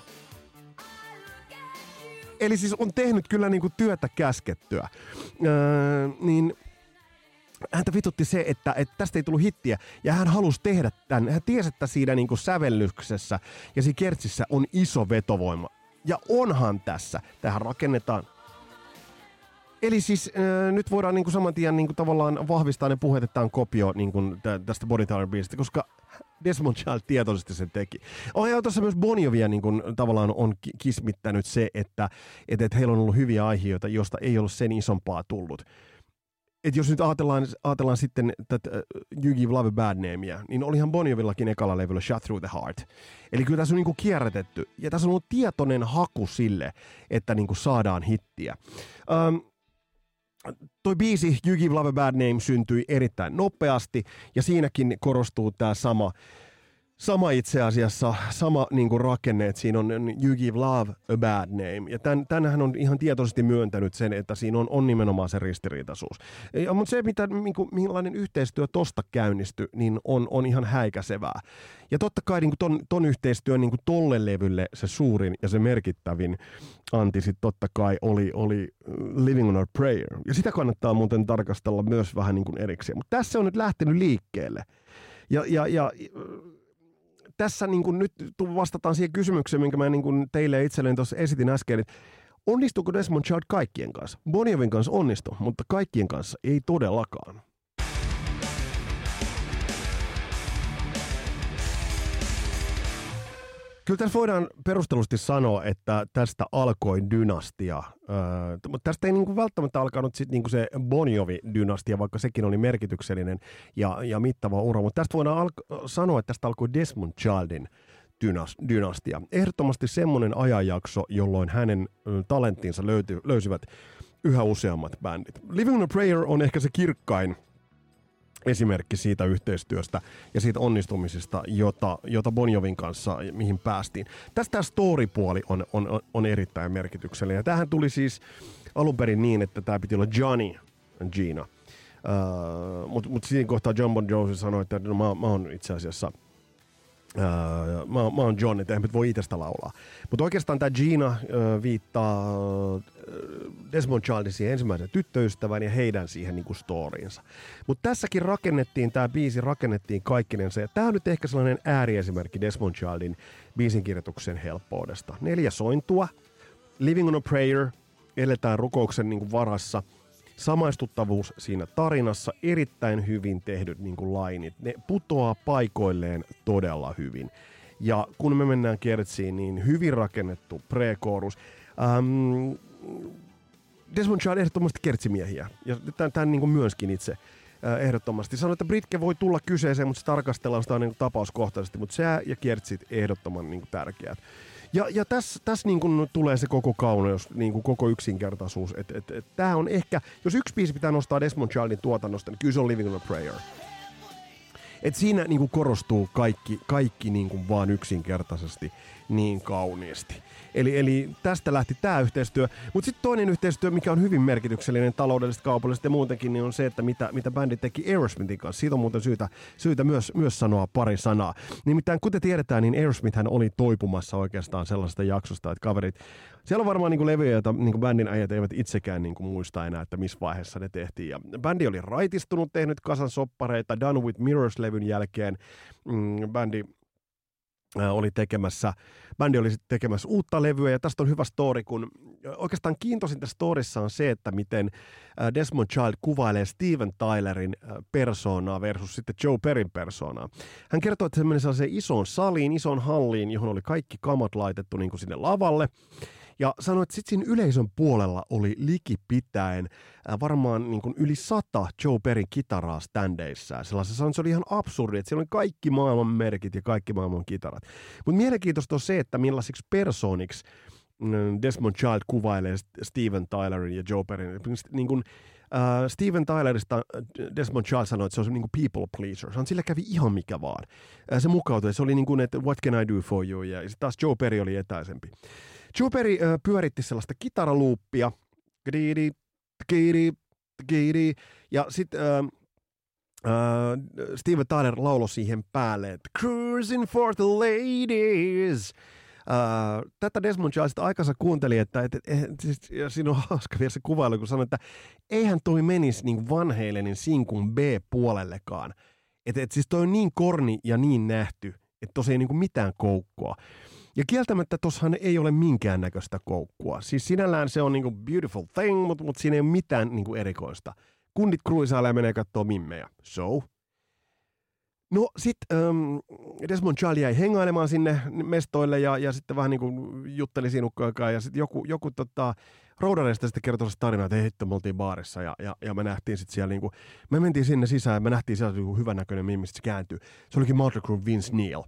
Eli siis on tehnyt kyllä niin kuin työtä käskettyä. Öö, niin häntä vitutti se, että, että tästä ei tullut hittiä, ja hän halusi tehdä tämän. Hän tiesi, että siinä niin kuin sävellyksessä ja siinä kertsissä on iso vetovoima. Ja onhan tässä. Tähän rakennetaan. Eli siis äh, nyt voidaan niinku saman tien niinku tavallaan vahvistaa ne puheet, että tämä on kopio niinku tä, tästä Bonnie Tyler-biisistä, koska Desmond Child tietoisesti sen teki. Oh, ja tuossa myös Bon Jovia niinku tavallaan on kismittänyt se, että et, et heillä on ollut hyviä aiheita, josta ei ollut sen isompaa tullut. Et jos nyt ajatellaan, ajatellaan sitten tätä You Give Love a Bad Namea, niin olihan Bon Jovillakin ekalla levyllä Shut Through the Heart. Eli kyllä tässä on niinku kierrätetty. Ja tässä on ollut tietoinen haku sille, että niinku saadaan hittiä. Um, toi biisi You Give Love a Bad Name syntyi erittäin nopeasti, ja siinäkin korostuu tämä sama, sama itse asiassa, sama niin kuin rakenne, että siinä on You Give Love a Bad Name. Ja tämän, tänhän on ihan tietoisesti myöntänyt sen, että siinä on, on nimenomaan se ristiriitaisuus. Ja, mutta se, mitä, niin kuin, millainen yhteistyö tosta käynnistyi, niin on, on ihan häikäisevää. Ja totta kai niin kuin ton, ton yhteistyön niin kuin tolle levylle se suurin ja se merkittävin anti sitten totta kai oli, oli Living on a Prayer. Ja sitä kannattaa muuten tarkastella myös vähän niin kuin erikseen. Mutta tässä on nyt lähtenyt liikkeelle. Ja, ja, ja tässä niin kuin nyt vastataan siihen kysymykseen, minkä mä niin kuin teille itselleni tuossa esitin äsken, että onnistuuko Desmond Child kaikkien kanssa? Bon Jovin kanssa onnistui, mutta kaikkien kanssa ei todellakaan. Kyllä tässä voidaan perustellusti sanoa, että tästä alkoi dynastia. Öö, mutta tästä ei niinku välttämättä alkanut sit niinku se Bon Jovi-dynastia, vaikka sekin oli merkityksellinen ja, ja mittava ura. Mutta tästä voidaan al- sanoa, että tästä alkoi Desmond Childin dynas- dynastia. Ehdottomasti semmoinen ajanjakso, jolloin hänen ö, talenttinsa löyti, löysivät yhä useammat bändit. Living on a Prayer on ehkä se kirkkain esimerkki siitä yhteistyöstä ja siitä onnistumisesta, jota, jota Bon Jovin kanssa, mihin päästiin. Tästä tämä story-puoli on, on, on erittäin merkityksellinen. Ja tämähän tuli siis alun perin niin, että tämä piti olla Johnny and Gina. Uh, Mutta mut siinä kohtaa John Bon Jovi sanoi, että no, mä, mä oon itse asiassa Uh, mä, mä oon John, että eihän voi itsestä laulaa. Mutta oikeastaan tämä Gina uh, viittaa uh, Desmond Childin siihen ensimmäisen tyttöystävän ja heidän siihen niinku storiinsa. Mutta tässäkin rakennettiin, tämä biisi rakennettiin kaikkinensa. Ja tämä on nyt ehkä sellainen ääriesimerkki Desmond Childin biisinkirjoituksen helppoudesta. Neljä sointua, Living on a Prayer, eletään rukouksen niinku varassa. Samaistuttavuus siinä tarinassa, erittäin hyvin tehdyt niin kuin lainit. Ne putoaa paikoilleen todella hyvin. Ja kun me mennään kertsiin, niin hyvin rakennettu pre-chorus. Ähm, Desmond Child ehdottomasti kertsimiehiä. Ja tämän, tämän niin kuin myöskin itse äh, ehdottomasti. Sanoin, että Britke voi tulla kyseeseen, mutta se tarkastellaan sitä niin kuin tapauskohtaisesti. Mutta sää ja kertsit ehdottoman niin kuin tärkeät. Ja, ja tässä täs niin kuin tulee se koko kauneus, niin kuin koko yksinkertaisuus. Et, et, et, tää on ehkä, jos yksi biisi pitää nostaa Desmond Childin tuotannosta, niin kyllä se on Living on a Prayer. Et siinä niin kuin korostuu kaikki, kaikki niin kuin vaan yksinkertaisesti niin kauniisti. Eli, eli tästä lähti tämä yhteistyö. Mutta sitten toinen yhteistyö, mikä on hyvin merkityksellinen taloudellisesti, kaupallisesti ja muutenkin, niin on se, että mitä, mitä bändi teki Aerosmithin kanssa. Siitä on muuten syytä, syytä myös, myös sanoa pari sanaa. Nimittäin kuten tiedetään, niin Aerosmithhän oli toipumassa oikeastaan sellaista jaksosta, että kaverit, siellä on varmaan niinku levyjä, joita niinku bändin äijät eivät itsekään niinku muista enää, että missä vaiheessa ne tehtiin. Ja bändi oli raitistunut, tehnyt kasan soppareita, Done with Mirrors-levyn jälkeen. Mm, bändi oli tekemässä, bändi oli tekemässä uutta levyä, ja tästä on hyvä story, kun oikeastaan kiintoisinta storissa on se, että miten Desmond Child kuvailee Steven Tylerin persoonaa versus sitten Joe Perryn persoonaa. Hän kertoo, että se meni sellaiseen isoon saliin, isoon halliin, johon oli kaikki kamat laitettu niin kuin sinne lavalle, ja sanoi, että sitten siinä yleisön puolella oli likipitäen äh, varmaan niin kuin yli sata Joe Perryn kitaraa ständeissään. Sellaisessa se oli ihan absurdi, että siellä oli kaikki maailman merkit ja kaikki maailman kitarat. Mutta mielenkiintoista on se, että millaisiksi persooniksi mm, Desmond Child kuvailee Steven Tylerin ja Joe Perryn. Niin kuin, äh, Steven Tylerista Desmond Child sanoi, että se on niin kuin people pleaser. Sillä kävi ihan mikä vaan. Äh, se mukautui, se oli niin kuin, että what can I do for you? Ja sitten taas Joe Perry oli etäisempi. Joe Perry äh, pyöritti sellaista kitaraluuppia, gidi, gidi, gidi, ja sitten äh, äh, Steven Tyler lauloi siihen päälle, että cruising for the ladies. Äh, tätä Desmond Child sitten aikansa kuunteli, että et, et, et, ja siinä on hauska vielä se kuvailu, kun sanoi, että eihän toi menisi niin Van Halenin sinkun B-puolellekaan. Että et, siis toi on niin korni ja niin nähty, että tosi ei niin mitään koukkua. Ja kieltämättä tossahan ei ole minkäännäköistä koukkua. Siis sinällään se on niinku beautiful thing, mutta mut siinä ei ole mitään niinku erikoista. Kundit kruisailee ja menee kattoo mimmejä. So. No sit um, Desmond Child jäi hengailemaan sinne mestoille ja, ja sitten vähän niinku jutteli sinukkaan. Ja sitten joku, joku tota, roudareista sitten kertoi se tarinaa, että hei, me oltiin baarissa ja, ja, ja me nähtiin sitten siellä niinku, me mentiin sinne sisään ja me nähtiin siellä niinku hyvänäköinen mimmi, sitten se kääntyy. Se olikin Motley Crue Vince Neil.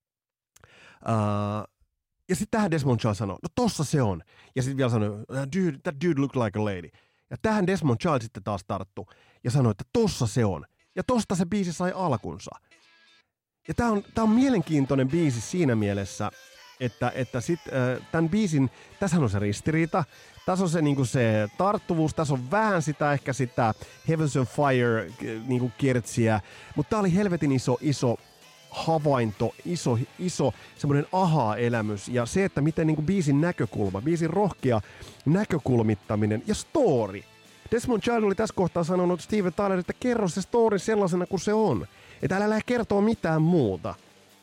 Uh, ja sitten tähän Desmond Child sanoi, no tossa se on. Ja sitten vielä sanoi, dude, that dude looked like a lady. Ja tähän Desmond Child sitten taas tarttui ja sanoi, että tossa se on. Ja tosta se biisi sai alkunsa. Ja tää on, tää on mielenkiintoinen biisi siinä mielessä, että, että sit, äh, tämän biisin, tässähän on se ristiriita, tässä on se, niinku se tarttuvuus, tässä on vähän sitä ehkä sitä Heavens on Fire niinku kertsiä, mutta tää oli helvetin iso, iso havainto, iso, iso semmoinen aha-elämys ja se, että miten niinku biisin näkökulma, biisin rohkea näkökulmittaminen ja story. Desmond Child oli tässä kohtaa sanonut Steven Tyler, että kerro se story sellaisena kuin se on. Että älä lähde kertoa mitään muuta.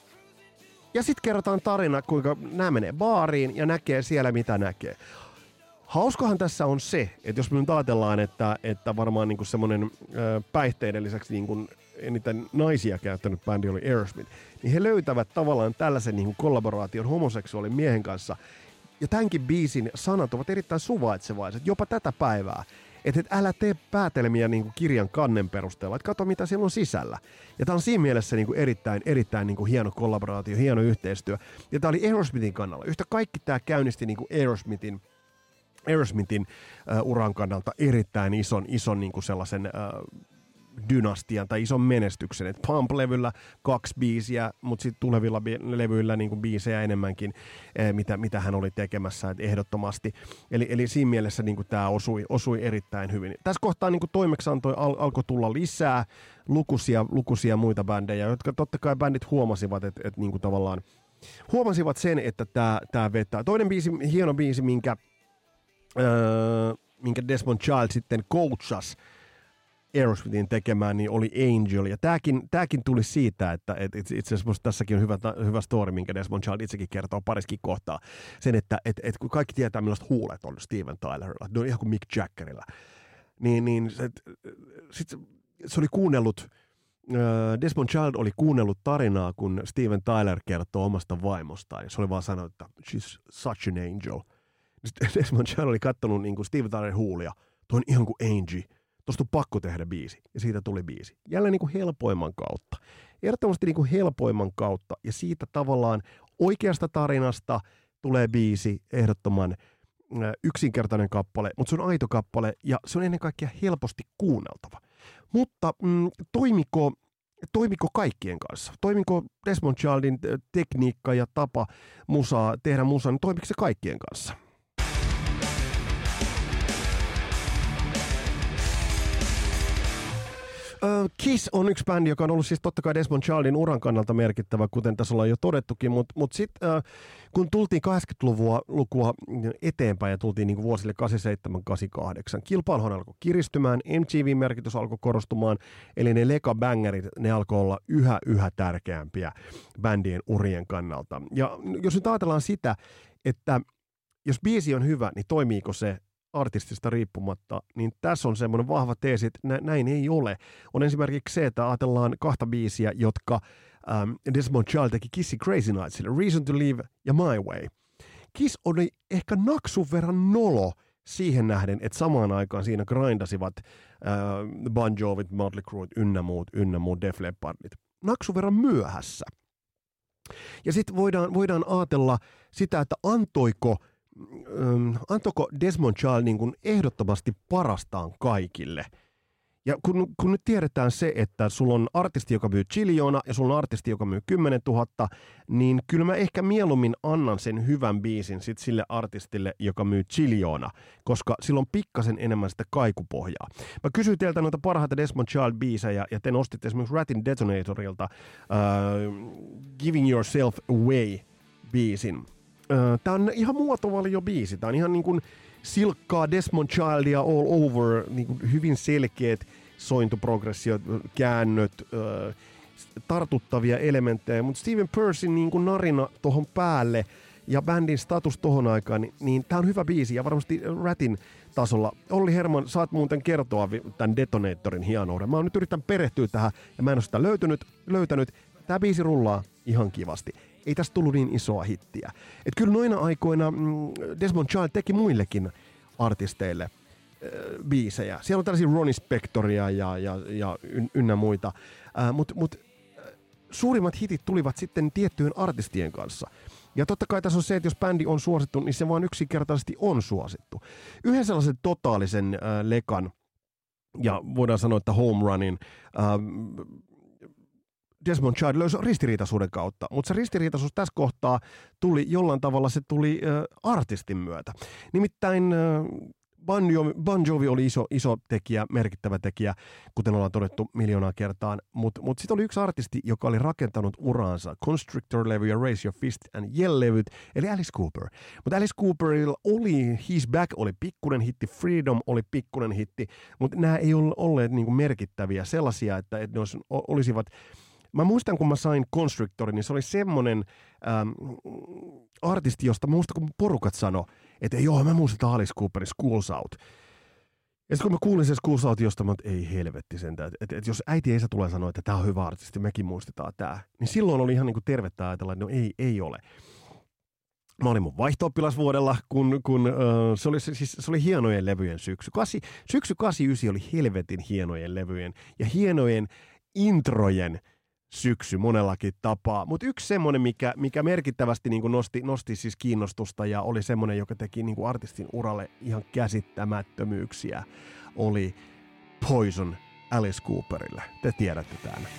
Ja sitten kerrotaan tarina, kuinka nämä menee baariin ja näkee siellä mitä näkee. Hauskahan tässä on se, että jos me nyt ajatellaan, että, että varmaan niinku semmoinen äh, päihteiden lisäksi niinku eniten naisia käyttänyt bändi oli Aerosmith, niin he löytävät tavallaan tällaisen niinku kollaboraation homoseksuaalin miehen kanssa. Ja tämänkin biisin sanat ovat erittäin suvaitsevaiset, jopa tätä päivää. Että et älä tee päätelmiä niinku kirjan kannen perusteella, että katso mitä siellä on sisällä. Ja tää on siinä mielessä niinku erittäin, erittäin niinku hieno kollaboraatio, hieno yhteistyö. Ja tää oli Aerosmithin kannalla. Yhtä kaikki tää käynnisti niinku Aerosmithin, Aerosmithin uh, uran kannalta erittäin ison, ison niinku sellaisen uh, dynastian tai ison menestyksen. Et Pump-levyllä kaksi biisiä, mutta sitten tulevilla bi- levyillä niinku biisejä enemmänkin, eh, mitä, mitä hän oli tekemässä, et ehdottomasti. Eli, eli siinä mielessä niinku tämä osui, osui erittäin hyvin. Tässä kohtaa niinku toimeksiantoi al- alkoi tulla lisää lukuisia, lukuisia muita bändejä, jotka totta kai bändit huomasivat, että et niinku tavallaan huomasivat sen, että tämä vetää. Toinen biisi, hieno biisi, minkä, öö, minkä Desmond Child sitten coachasi Aerosmithin tekemään, niin oli Angel. Ja tääkin, tääkin tuli siitä, että et itse asiassa tässäkin on hyvä, hyvä story, minkä Desmond Child itsekin kertoo pariskin kohtaa. Sen, että et, et kun kaikki tietää, millaista huulet on Steven Tylerilla, ne on ihan kuin Mick Jaggerilla, niin, niin et, sit se oli kuunnellut, Desmond Child oli kuunnellut tarinaa, kun Steven Tyler kertoo omasta vaimostaan, ja se oli vaan sanonut, että she's such an angel. Sitten Desmond Child oli katsonut niin kuin Steven Tylerin huulia, toi on ihan kuin Angie. Tuosta on pakko tehdä biisi, ja siitä tuli biisi. Jälleen niin kuin helpoimman kautta. Ehdottomasti niin kuin helpoimman kautta, ja siitä tavallaan oikeasta tarinasta tulee biisi, ehdottoman yksinkertainen kappale, mutta se on aito kappale, ja se on ennen kaikkea helposti kuunneltava. Mutta mm, toimiko, toimiko kaikkien kanssa? Toimiko Desmond Childin tekniikka ja tapa musaa, tehdä musaa, niin toimiko se kaikkien kanssa? Kiss on yksi bändi, joka on ollut siis totta kai Desmond Childin uran kannalta merkittävä, kuten tässä ollaan jo todettukin, mutta mut sitten äh, kun tultiin kahdeksankymmentälukua eteenpäin ja tultiin niinku vuosille kahdeksankymmentäseitsemän kahdeksankymmentäkahdeksan, kilpailuhan alkoi kiristymään, M T V-merkitys alkoi korostumaan, eli ne leka-bängerit, ne alkoi olla yhä yhä tärkeämpiä bändien urien kannalta. Ja jos nyt ajatellaan sitä, että jos biisi on hyvä, niin toimiiko se artistista riippumatta, niin tässä on semmoinen vahva teesi, että nä- näin ei ole. On esimerkiksi se, että ajatellaan kahta biisiä, jotka ähm, Desmond Child teki Kissin Crazy Nightsille, Reason to Live ja My Way. Kiss oli ehkä naksun verran nolo siihen nähden, että samaan aikaan siinä grindasivat äh, Bon Jovit, Motley Crue, ynnä muut, ynnä muut Def Leppardit. Naksun verran myöhässä. Ja sitten voidaan, voidaan ajatella sitä, että antoiko Ähm, antoiko Desmond Child niin kuin ehdottomasti parastaan kaikille? Ja kun, kun nyt tiedetään se, että sulla on artisti, joka myy chiljoona ja sulla on artisti, joka myy kymmenen tuhatta, niin kyllä mä ehkä mieluummin annan sen hyvän biisin sit sille artistille, joka myy chiljoona, koska sillä on pikkasen enemmän sitä kaikupohjaa. Mä kysyin teiltä noita parhaita Desmond Child-biisejä, ja te nostitte esimerkiksi Ratin Detonatorilta uh, Giving Yourself Away-biisin. Tämä on ihan muotovalio biisi. Tämä on ihan niin kuin silkkaa Desmond Childia all over, niin kuin hyvin selkeät sointuprogressiot, käännöt, tartuttavia elementtejä, mutta Steven Persin niin kuin narina tuohon päälle ja bändin status tohon aikaan, niin, niin tämä on hyvä biisi ja varmasti Ratin tasolla. Olli Herman, saat muuten kertoa tämän Detonatorin hienouden. Mä oon nyt yritän perehtyä tähän ja mä en ole sitä löytynyt, löytänyt. Tämä biisi rullaa ihan kivasti. Ei tästä tullut niin isoa hittiä. Et kyllä noina aikoina mm, Desmond Child teki muillekin artisteille äh, biisejä. Siellä on tällaisia Ronnie Spectoria ja, ja, ja ynnä muita. Äh, Mutta mut, äh, suurimmat hitit tulivat sitten tiettyjen artistien kanssa. Ja totta kai tässä on se, että jos bändi on suosittu, niin se vaan yksinkertaisesti on suosittu. Yhden sellaisen totaalisen äh, lekan, ja voidaan sanoa, että home runin, äh, Desmond Child löysi ristiriitaisuuden kautta, mutta se ristiriitaisuus tässä kohtaa tuli jollain tavalla, se tuli äh, artistin myötä. Nimittäin äh, Bon Jovi, Bon Jovi oli iso, iso tekijä, merkittävä tekijä, kuten ollaan todettu miljoonaa kertaan, mutta mut sitten oli yksi artisti, joka oli rakentanut uraansa Constrictor-levy ja Raise Your Fist and Yell-levyt, eli Alice Cooper. Mutta Alice Cooperilla oli He's Back, oli pikkunen hitti, Freedom oli pikkunen hitti, mutta nämä ei ole olleet niinku merkittäviä sellaisia, että, että ne olisi, olisivat. Mä muistan, kun mä sain Constrictorin, niin se oli semmoinen ähm, artisti, josta mä muistan, kun porukat sano, että joo, mä muistan Alice Cooperin Schools Out. Ja sitten kun mä kuulin sen Schools Out, josta mä oon, ei helvetti sentään, että, että, että jos äiti Esa tulee sanoa, että tää on hyvä artisti, mekin muistetaan tää, niin silloin oli ihan niin kuin tervettä ajatella, että no ei, ei ole. Mä olin mun vaihto-oppilasvuodella, kun, kun uh, se, oli, siis, se oli hienojen levyjen syksy. Kasi, syksy kahdeksankymmentäyhdeksän oli helvetin hienojen levyjen ja hienojen introjen syksy monellakin tapaa. Mutta yksi semmoinen, mikä, mikä merkittävästi niin kuin nosti, nosti siis kiinnostusta ja oli semmoinen, joka teki niin kuin artistin uralle ihan käsittämättömyyksiä, oli Poison Alice Cooperille. Te tiedätte tämän.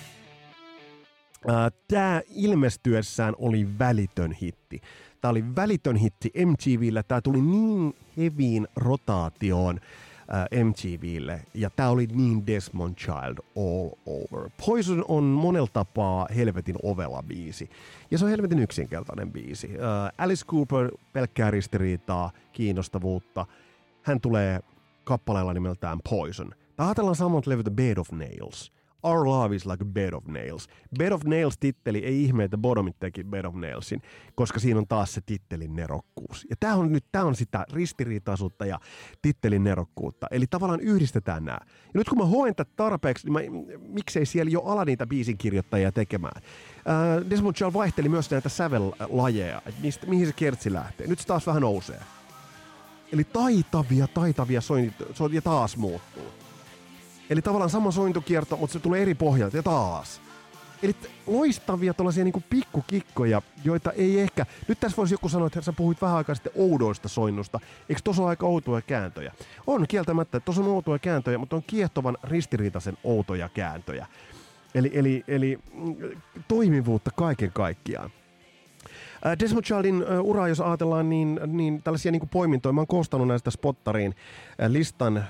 Tämä ilmestyessään oli välitön hitti. Tämä oli välitön hitti M T V:llä. Tämä tuli niin heviin rotaatioon M T V:lle, ja tää oli niin Desmond Child all over. Poison on monella tapaa helvetin ovela biisi, ja se on helvetin yksinkertainen biisi. Uh, Alice Cooper, pelkkää ristiriitaa, kiinnostavuutta. Hän tulee kappaleella nimeltään Poison. Tää ajatellaan samalta levyltä Bed of Nails. Our Love is like a Bed of Nails. Bed of Nails-titteli, ei ihme, että Bodomit teki Bed of Nailsin, koska siinä on taas se tittelin nerokkuus. Ja tää on nyt tää on sitä ristiriitaisuutta ja tittelin nerokkuutta. Eli tavallaan yhdistetään nämä. Ja nyt kun mä hoen tätä tarpeeksi, niin mä, miksei siellä jo ala niitä biisinkirjoittajia tekemään. Äh, Desmond Child vaihteli myös näitä sävellajeja, että mistä, mihin se kertsi lähtee. Nyt se taas vähän nousee. Eli taitavia, taitavia sointia ja taas muuttuu. Eli tavallaan sama sointukierto, mutta se tulee eri pohjalta ja taas. Eli loistavia tuollaisia niinku pikkukikkoja, joita ei ehkä. Nyt tässä voisi joku sanoa, että sä puhuit vähän aikaa sitten oudoista soinnusta. Eikö tuossa ole aika outoja kääntöjä? On kieltämättä, että tuossa on outoja kääntöjä, mutta on kiehtovan ristiriitaisen outoja kääntöjä. Eli, eli, eli toimivuutta kaiken kaikkiaan. Desmond Childin uraa, jos ajatellaan, niin, niin tällaisia niin kuin poimintoja. Mä oon koostanut näistä spottariin listan.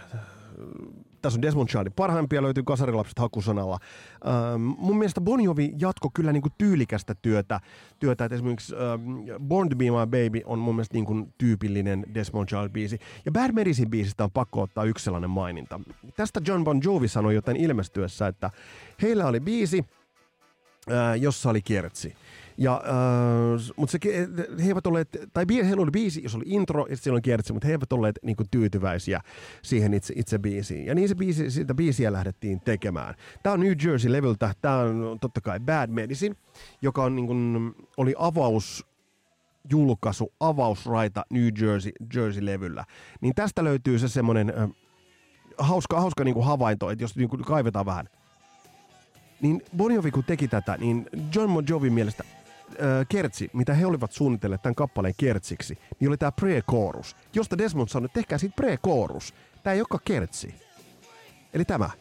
Tässä on Desmond Childin parhaimpia, löytyy Kasarilapset hakusanalla. Ähm, mun mielestä Bon Jovi jatko kyllä niinku tyylikästä työtä. työtä että esimerkiksi ähm, Born to be my baby on mun mielestä niinku tyypillinen Desmond Child-biisi. Ja Bad Medicine biisistä on pakko ottaa yksi sellainen maininta. Tästä John Bon Jovi sanoi jotain ilmestyessä, että heillä oli biisi, äh, jossa oli kertsi. Ja, äh, mutta se, he eivät olleet, tai heillä oli biisi, jos oli intro, ja silloin kiertsi, mutta he eivät olleet niin kuin tyytyväisiä siihen itse, itse biisiin. Ja niin se biisi, sitä biisiä lähdettiin tekemään. Tämä on New Jersey-levyltä, tämä on totta kai Bad Medicine, joka on, niin kuin, oli avausjulkaisu, avausraita New Jersey, Jersey-levyllä. Niin tästä löytyy se semmoinen äh, hauska, hauska niin kuin havainto, että jos niin kuin kaivetaan vähän. Niin Bon Jovi kun teki tätä, niin John Bon Jovin mielestä kertsi, mitä he olivat suunnitelleet tämän kappaleen kertsiksi, niin oli tämä pre-chorus, josta Desmond sanoi, että tehkää siitä pre-chorus. Tämä ei olekaan kertsi. Eli tämä.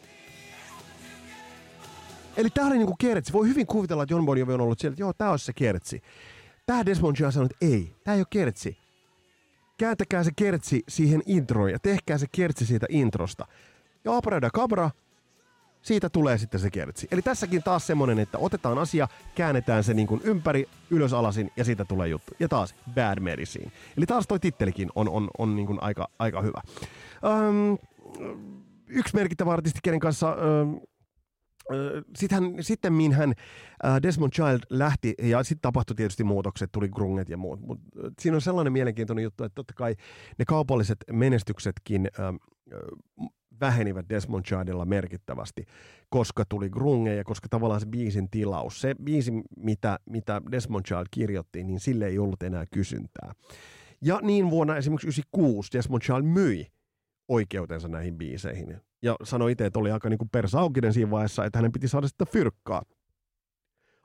Eli tämä oli niinku kertsi. Voi hyvin kuvitella, että John Bon Jovi on ollut siellä, että joo, tämä olisi se kertsi. Tämä Desmond sanoi, että ei, tämä ei ole kertsi. Kääntäkää se kertsi siihen introon ja tehkää se kertsi siitä introsta. Ja abracadabra, siitä tulee sitten se kertsi. Eli tässäkin taas semmonen, että otetaan asia, käännetään se niin kuin ympäri, ylös alasin ja siitä tulee juttu. Ja taas Bad Medicine. Eli taas toi tittelikin on, on, on niin kuin aika, aika hyvä. Öm, yksi merkittävä artisti, kenen kanssa öm, Sitten, sitten hän Desmond Child lähti, ja sitten tapahtui tietysti muutokset, tuli grunget ja muut. Mut siinä on sellainen mielenkiintoinen juttu, että totta kai ne kaupalliset menestyksetkin äh, vähenivät Desmond Childilla merkittävästi, koska tuli grunge ja koska tavallaan se biisin tilaus, se biisi, mitä, mitä Desmond Child kirjoitti, niin sille ei ollut enää kysyntää. Ja niin vuonna esimerkiksi yhdeksänkymmentäkuusi Desmond Child myi oikeutensa näihin biiseihin. Ja sanoi itse, että oli aika niin kuin persaukinen siinä vaiheessa, että hänen piti saada sitä fyrkkaa.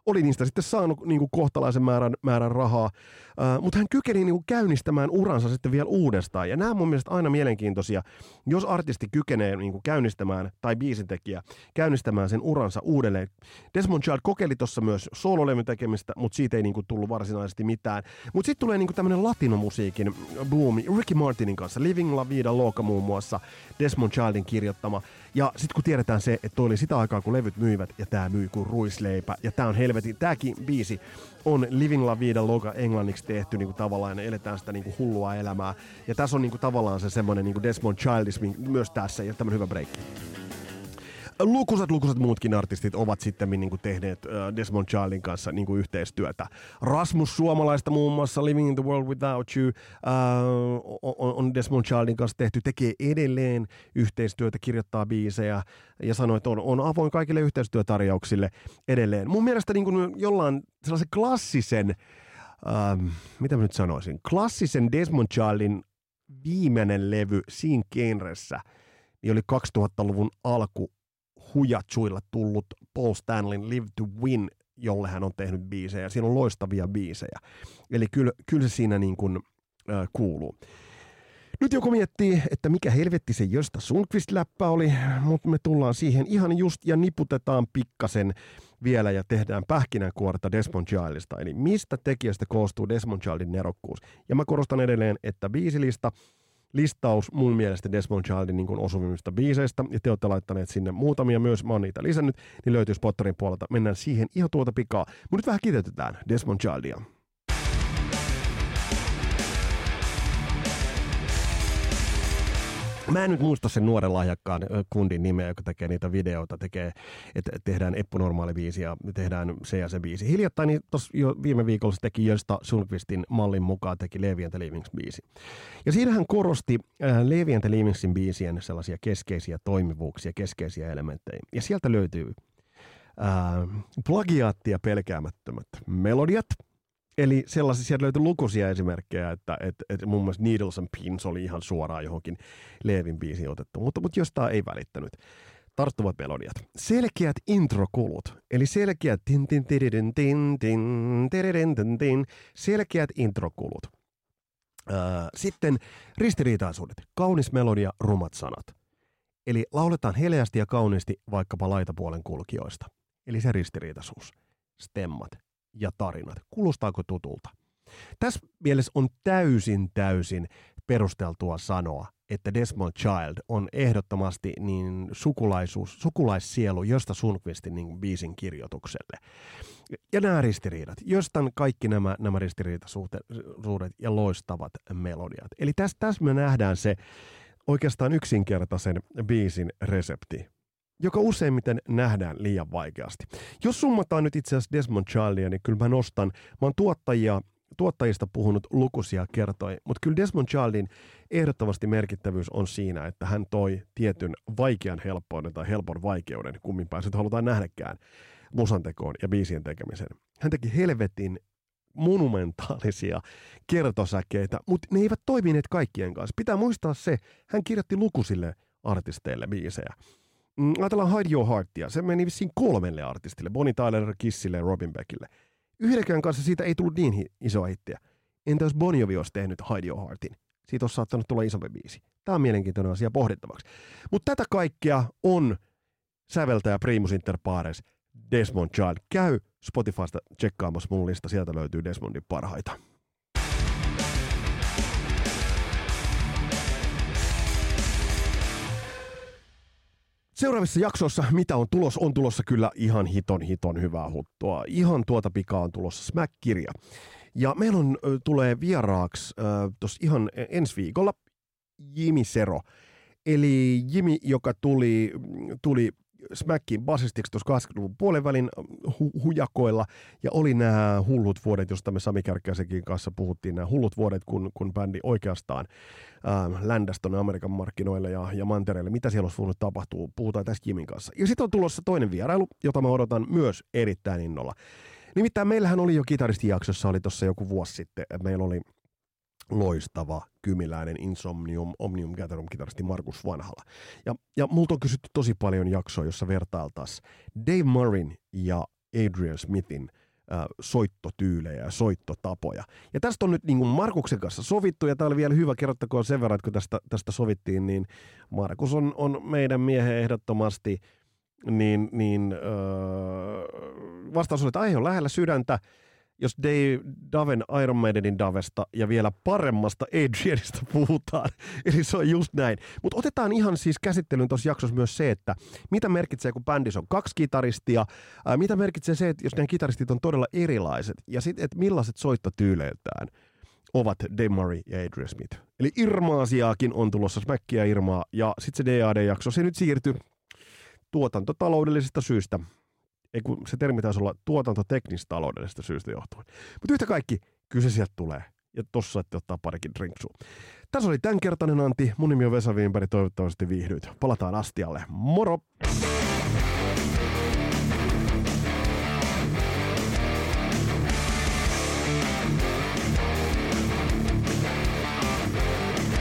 oli niistä sitten saanut niin kuin kohtalaisen määrän, määrän rahaa, uh, mutta hän kykeni niin kuin käynnistämään uransa sitten vielä uudestaan. Ja nämä on mun mielestä aina mielenkiintoisia, jos artisti kykenee niin kuin käynnistämään, tai biisintekijä käynnistämään sen uransa uudelleen. Desmond Child kokeili tuossa myös soololevyn tekemistä, mutta siitä ei niin kuin tullut varsinaisesti mitään. Mutta sitten tulee niin kuin tämmöinen latinomusiikin boomi Ricky Martinin kanssa, Living La Vida Loca muun muassa, Desmond Childin kirjoittama. Ja sitten kun tiedetään se, että toi oli sitä aikaa, kun levyt myivät, ja tää myy kuin ruisleipä, ja tää on helvetin, tääkin biisi on Living La Vida Loca englanniksi tehty niin kuin tavallaan, ja eletään sitä niin kuin hullua elämää. Ja tässä on niin kuin tavallaan se semmoinen niin kuin Desmond Childismi myös tässä, ja tämmöinen hyvä break. Lukuisat, lukuisat muutkin artistit ovat sitten niin kuin tehneet uh, Desmond Childin kanssa niin kuin yhteistyötä. Rasmus Suomalaista muun muassa Living in the World Without You uh, on, on Desmond Childin kanssa tehty, tekee edelleen yhteistyötä, kirjoittaa biisejä ja sanoo, että on, on avoin kaikille yhteistyötarjouksille edelleen. Mun mielestä niin kuin jollain sellaisen klassisen, uh, mitä mä nyt sanoisin, klassisen Desmond Childin viimeinen levy siinä genressä niin oli kaksituhattaluvun alku hujachuilla tullut Paul Stanleyn Live to Win, jolle hän on tehnyt biisejä. Siinä on loistavia biisejä. Eli kyllä, kyllä se siinä niin kuin, äh, kuuluu. Nyt joku miettii, että mikä helvetti se Gösta Sundqvist-läppä oli, mutta me tullaan siihen ihan just ja niputetaan pikkasen vielä ja tehdään pähkinänkuorta Desmond Childista. Eli mistä tekijästä koostuu Desmond Childin nerokkuus? Ja mä korostan edelleen, että biisilista listaus mun mielestä Desmond Childin niin kuin osuvimmista biiseistä, ja te olette laittaneet sinne muutamia myös, mä oon niitä lisännyt, niin löytyy Spotterin puolelta. Mennään siihen ihan tuota pikaa. Mutta nyt vähän kiteytetään Desmond Childia. Mä en nyt muista sen nuoren lahjakkaan kundin nimeä, joka tekee niitä videoita, tekee, että tehdään Eppu Normaali biisi ja tehdään se ja se biisi. Hiljattain niin tuossa jo viime viikolla se teki Gösta Sundqvistin mallin mukaan, teki Levi and the Leavings biisi. Ja siinä hän korosti äh, Levi and the Leavingsin biisien sellaisia keskeisiä toimivuuksia, keskeisiä elementtejä. Ja sieltä löytyy äh, plagiaattia pelkäämättömät melodiat. Eli sellaisia, sieltä löytyi lukuisia esimerkkejä, että, että, että muun muassa Needles and Pins oli ihan suoraan johonkin Levin biisiin otettu, mutta, mutta jostain ei välittänyt. Tarttuvat melodiat. Selkeät introkulut, eli selkeät tin tin tin tin tin tin tin selkeät introkulut. Sitten ristiriitaisuudet. Kaunis melodia, rumat sanat. Eli lauletaan heleästi ja kauniisti vaikkapa laitapuolen kulkijoista. Eli se ristiriitaisuus. Stemmat ja tarinat. Kuulostaako tutulta? Tässä mielessä on täysin, täysin perusteltua sanoa, että Desmond Child on ehdottomasti niin sukulaisuus, sukulaissielu Gösta Sundqvistin niin biisin kirjoitukselle. Ja nämä ristiriidat, jostain kaikki nämä, nämä ristiriitaisuudet ja loistavat melodiat. Eli tässä, tässä me nähdään se oikeastaan yksinkertaisen biisin resepti, joka useimmiten nähdään liian vaikeasti. Jos summataan nyt itse asiassa Desmond Childia, niin kyllä mä nostan, mä oon tuottajia, tuottajista puhunut lukuisia kertoja, mutta kyllä Desmond Childin ehdottomasti merkittävyys on siinä, että hän toi tietyn vaikean helppouden tai helpon vaikeuden, kummin pääset halutaan nähdäkään, musantekoon ja biisien tekemisen. Hän teki helvetin monumentaalisia kertosäkeitä, mutta ne eivät toimineet kaikkien kanssa. Pitää muistaa se, hän kirjoitti lukuisille artisteille biisejä. Ajatellaan Hide Your Heartia. Se meni vissiin kolmelle artistille. Bonnie Tyler, Kissille ja Robin Beckille. Yhdenkään kanssa siitä ei tullut niin hi- isoa hittiä. Entä jos Bon Jovi olisi tehnyt Hide Your Heartin? Siitä olisi saattanut tulla isompi biisi. Tämä on mielenkiintoinen asia pohdittavaksi. Mutta tätä kaikkea on säveltäjä primus inter pares Desmond Child. Käy Spotifysta tsekkaamassa mun lista. Sieltä löytyy Desmondin parhaita. Seuraavissa jaksoissa, mitä on tulossa, on tulossa kyllä ihan hiton hiton hyvää huttua. Ihan tuota pikaa on tulossa Smack-kirja. Ja meillä on, tulee vieraaksi äh, tuossa ihan ensi viikolla Jimi Sero. Eli Jimi, joka tuli, tuli Smackin basistiksi tuossa kahdeksankymmentäluvun puolen välin hu- hujakoilla, ja oli nämä hullut vuodet, josta me Sami Kärkkäisenkin kanssa puhuttiin, nämä hullut vuodet, kun, kun bändi oikeastaan äh, ländäsi tuonne Amerikan markkinoille ja, ja mantereille. Mitä siellä olisi voinut tapahtua? Puhutaan tästä Jimin kanssa. Ja sitten on tulossa toinen vierailu, jota mä odotan myös erittäin innolla. Nimittäin meillähän oli jo kitaristijaksossa, oli tuossa joku vuosi sitten, meillä oli loistava kymiläinen Insomnium Omnium Gatherum-kitaristi Markus Vanhala. Ja, ja multa on kysytty tosi paljon jaksoa, jossa vertailtaisiin Dave Murrayn ja Adrian Smithin äh, soittotyylejä ja soittotapoja. Ja tästä on nyt niin kuin Markuksen kanssa sovittu, ja tämä oli vielä hyvä, kerrottakoon sen verran, että kun tästä, tästä sovittiin, niin Markus on, on meidän miehen ehdottomasti, niin, niin öö, vastaus oli, että aihe on lähellä sydäntä, jos Dave, Daven Iron Maidenin Davesta ja vielä paremmasta Adrianista puhutaan. Eli se on just näin. Mutta otetaan ihan siis käsittelyyn tuossa jaksossa myös se, että mitä merkitsee, kun bändissä on kaksi kitaristia, ää, mitä merkitsee se, että jos nämä kitaristit on todella erilaiset, ja sitten, että millaiset soittotyyleiltään ovat Dave Murray ja Adrian Smith. Eli Irmaasiaakin on tulossa, Smäkkiä Irmaa, ja sitten se D A D-jakso, se nyt siirtyy tuotantotaloudellisista syistä. Ei kun se termi taisi olla tuotantoteknistä taloudellisesta syystä johtuen. Mutta yhtä kaikki, kyllä se sieltä tulee. Ja tossa ette ottaa parikin drinksua. Tässä oli tämänkertainen Antti. Mun nimi on Vesa Wienberg. Toivottavasti viihdyit. Palataan astialle. Moro!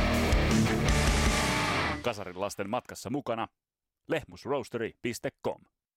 Kasarin lasten matkassa mukana lehmusroastery piste com.